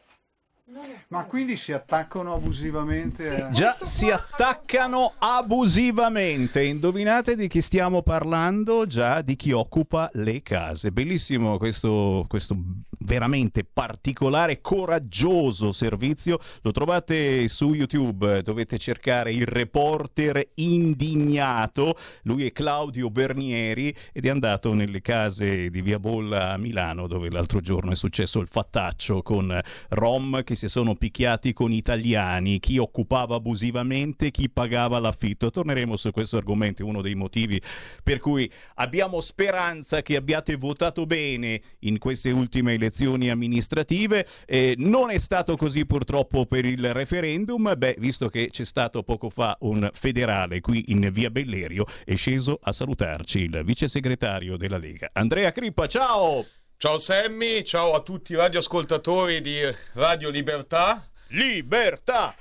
Ma quindi si attaccano abusivamente? Già, si attaccano abusivamente. Indovinate di chi stiamo parlando? Già, di chi occupa le case. Bellissimo questo veramente particolare, coraggioso servizio. Lo trovate su YouTube, dovete cercare Il Reporter Indignato. Lui è Claudio Bernieri ed è andato nelle case di Via Bolla a Milano, dove l'altro giorno è successo il fattaccio con rom che si sono picchiati con italiani, chi occupava abusivamente, chi pagava l'affitto. Torneremo su questo argomento, uno dei motivi per cui abbiamo speranza che abbiate votato bene in queste ultime elezioni amministrative. Non è stato così purtroppo per il referendum, visto che c'è stato poco fa un federale qui in Via Bellerio, è sceso a salutarci il vice segretario della Lega, Andrea Crippa. Ciao! Ciao Sammy, ciao a tutti i radioascoltatori di Radio Libertà. Libertà!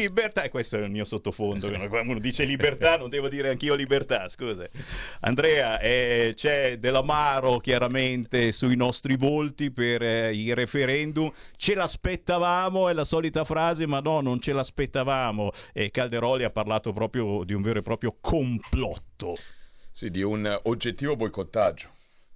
E questo è il mio sottofondo. Quando uno dice libertà non devo dire anch'io libertà, scusa. Andrea, c'è dell'amaro chiaramente sui nostri volti per il referendum. Ce l'aspettavamo, è la solita frase, ma no, non ce l'aspettavamo. Calderoli ha parlato proprio di un vero e proprio complotto. Sì, di un oggettivo boicottaggio.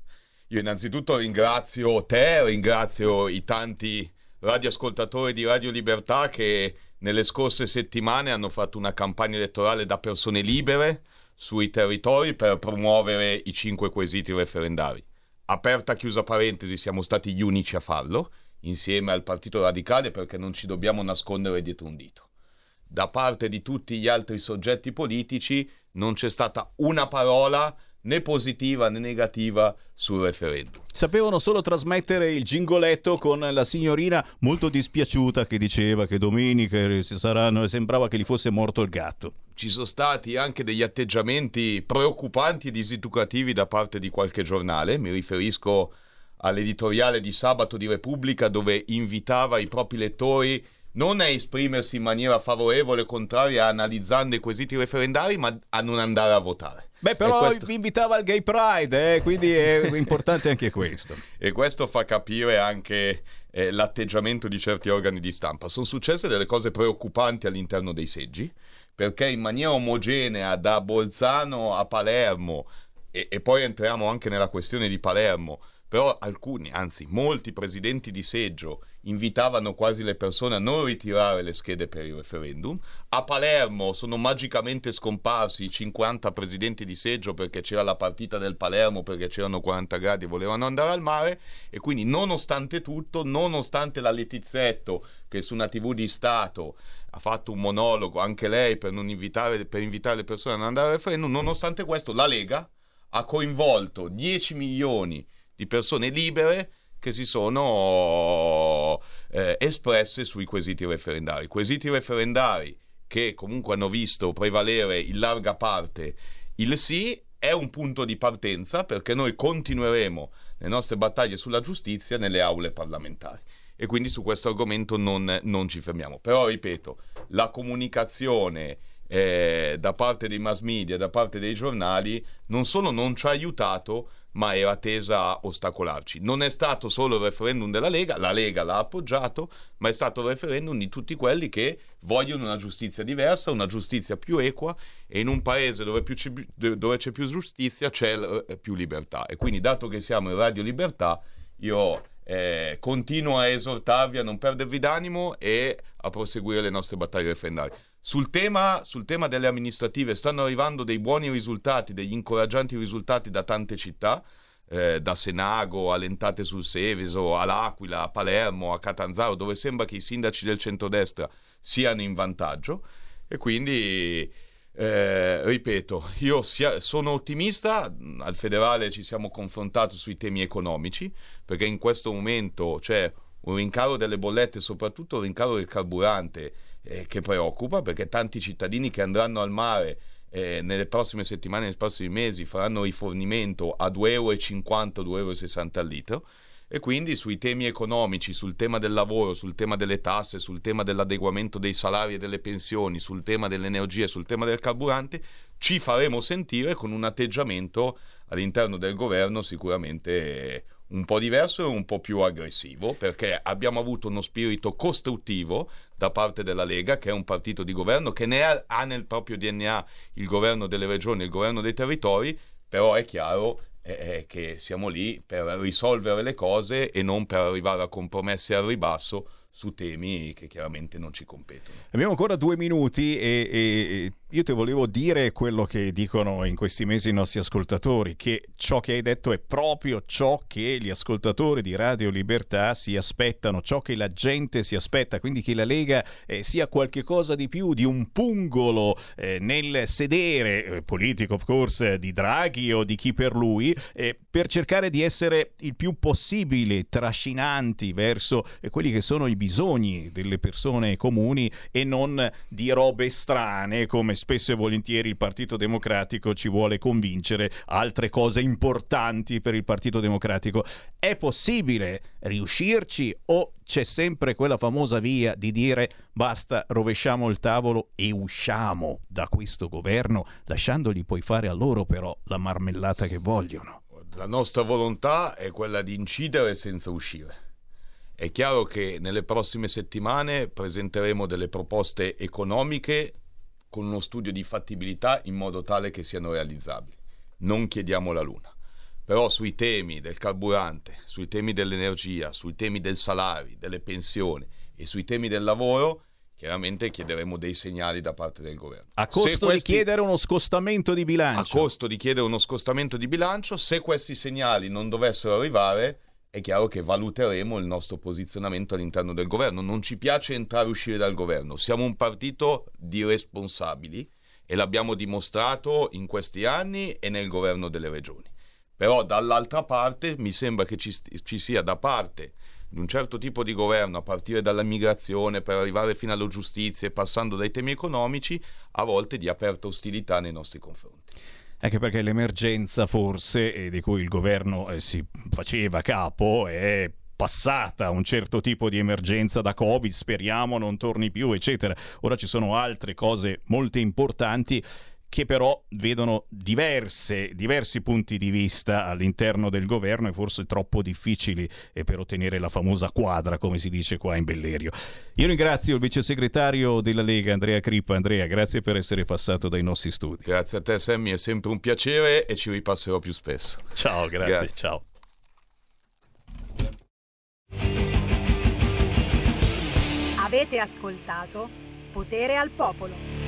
Io innanzitutto ringrazio te, ringrazio i tanti radioascoltatori di Radio Libertà che nelle scorse settimane hanno fatto una campagna elettorale da persone libere sui territori per promuovere i 5 quesiti referendari. Aperta chiusa parentesi, siamo stati gli unici a farlo, insieme al Partito Radicale, perché non ci dobbiamo nascondere dietro un dito. Da parte di tutti gli altri soggetti politici non c'è stata una parola né positiva né negativa sul referendum. Sapevano solo trasmettere il gingoletto con la signorina molto dispiaciuta che diceva che domenica sembrava che gli fosse morto il gatto. Ci sono stati anche degli atteggiamenti preoccupanti e diseducativi da parte di qualche giornale, mi riferisco all'editoriale di sabato di Repubblica, dove invitava i propri lettori non a esprimersi in maniera favorevole o contraria analizzando i quesiti referendari, ma a non andare a votare. Però vi invitava al Gay Pride, quindi è importante anche questo. E questo fa capire anche l'atteggiamento di certi organi di stampa. Sono successe delle cose preoccupanti all'interno dei seggi, perché in maniera omogenea da Bolzano a Palermo, e poi entriamo anche nella questione di Palermo, però alcuni, anzi molti presidenti di seggio invitavano quasi le persone a non ritirare le schede per il referendum. A Palermo sono magicamente scomparsi i 50 presidenti di seggio perché c'era la partita del Palermo, perché c'erano 40 gradi e volevano andare al mare. E quindi nonostante tutto, nonostante la Letizzetto, che su una TV di Stato ha fatto un monologo anche lei per invitare le persone a non andare al referendum, nonostante questo la Lega ha coinvolto 10 milioni di persone libere che si sono espresse sui quesiti referendari. Quesiti referendari che comunque hanno visto prevalere in larga parte il sì. È un punto di partenza, perché noi continueremo le nostre battaglie sulla giustizia nelle aule parlamentari e quindi su questo argomento non ci fermiamo. Però ripeto, la comunicazione da parte dei mass media, da parte dei giornali, non solo non ci ha aiutato, ma era tesa a ostacolarci. Non è stato solo il referendum della Lega, la Lega l'ha appoggiato, ma è stato il referendum di tutti quelli che vogliono una giustizia diversa, una giustizia più equa, e in un paese dove c'è più giustizia c'è più libertà. E quindi, dato che siamo in Radio Libertà, io continuo a esortarvi a non perdervi d'animo e a proseguire le nostre battaglie referendarie. Sul tema delle amministrative stanno arrivando dei buoni risultati, degli incoraggianti risultati da tante città, da Senago a Lentate sul Seveso, all'Aquila, a Palermo, a Catanzaro, dove sembra che i sindaci del centrodestra siano in vantaggio, e quindi ripeto, io sono ottimista. Al federale ci siamo confrontati sui temi economici, perché in questo momento c'è un rincaro delle bollette, soprattutto un rincaro del carburante, che preoccupa, perché tanti cittadini che andranno al mare nelle prossime settimane, nei prossimi mesi, faranno rifornimento a 2,50 euro, 2,60 euro al litro. E quindi sui temi economici, sul tema del lavoro, sul tema delle tasse, sul tema dell'adeguamento dei salari e delle pensioni, sul tema dell'energia, sul tema del carburante, ci faremo sentire con un atteggiamento all'interno del governo sicuramente un po' diverso e un po' più aggressivo, perché abbiamo avuto uno spirito costruttivo da parte della Lega, che è un partito di governo, che ha nel proprio DNA il governo delle regioni e il governo dei territori, però è chiaro che siamo lì per risolvere le cose e non per arrivare a compromessi al ribasso su temi che chiaramente non ci competono. Abbiamo ancora 2 minuti e io ti volevo dire quello che dicono in questi mesi i nostri ascoltatori, che ciò che hai detto è proprio ciò che gli ascoltatori di Radio Libertà si aspettano, ciò che la gente si aspetta, quindi che la Lega sia qualche cosa di più di un pungolo nel sedere politico, of course, di Draghi o di chi per lui, per cercare di essere il più possibile trascinanti verso quelli che sono i bisogni delle persone comuni e non di robe strane, come spesso e volentieri il Partito Democratico ci vuole convincere, altre cose importanti per il Partito Democratico. È possibile riuscirci o c'è sempre quella famosa via di dire basta, rovesciamo il tavolo e usciamo da questo governo, lasciandogli poi fare a loro però la marmellata che vogliono? La nostra volontà è quella di incidere senza uscire. È chiaro che nelle prossime settimane presenteremo delle proposte economiche con uno studio di fattibilità in modo tale che siano realizzabili. Non chiediamo la luna. Però sui temi del carburante, sui temi dell'energia, sui temi del salario, delle pensioni e sui temi del lavoro, chiaramente chiederemo dei segnali da parte del governo. A costo di chiedere uno scostamento di bilancio. A costo di chiedere uno scostamento di bilancio, se questi segnali non dovessero arrivare, è chiaro che valuteremo il nostro posizionamento all'interno del governo. Non ci piace entrare e uscire dal governo. Siamo un partito di responsabili e l'abbiamo dimostrato in questi anni e nel governo delle regioni. Però dall'altra parte mi sembra che ci sia da parte di un certo tipo di governo, a partire dalla migrazione per arrivare fino alla giustizia e passando dai temi economici, a volte di aperta ostilità nei nostri confronti. Anche perché l'emergenza forse, di cui il governo si faceva capo, è passata, un certo tipo di emergenza da Covid, speriamo non torni più, eccetera. Ora ci sono altre cose molto importanti che però vedono diversi punti di vista all'interno del governo e forse troppo difficili per ottenere la famosa quadra, come si dice qua in Bellerio. Io ringrazio il vice segretario della Lega, Andrea Crippa. Andrea, grazie per essere passato dai nostri studi. Grazie a te, Sammy, è sempre un piacere e ci ripasserò più spesso. Ciao, grazie. Ciao. Avete ascoltato Potere al Popolo.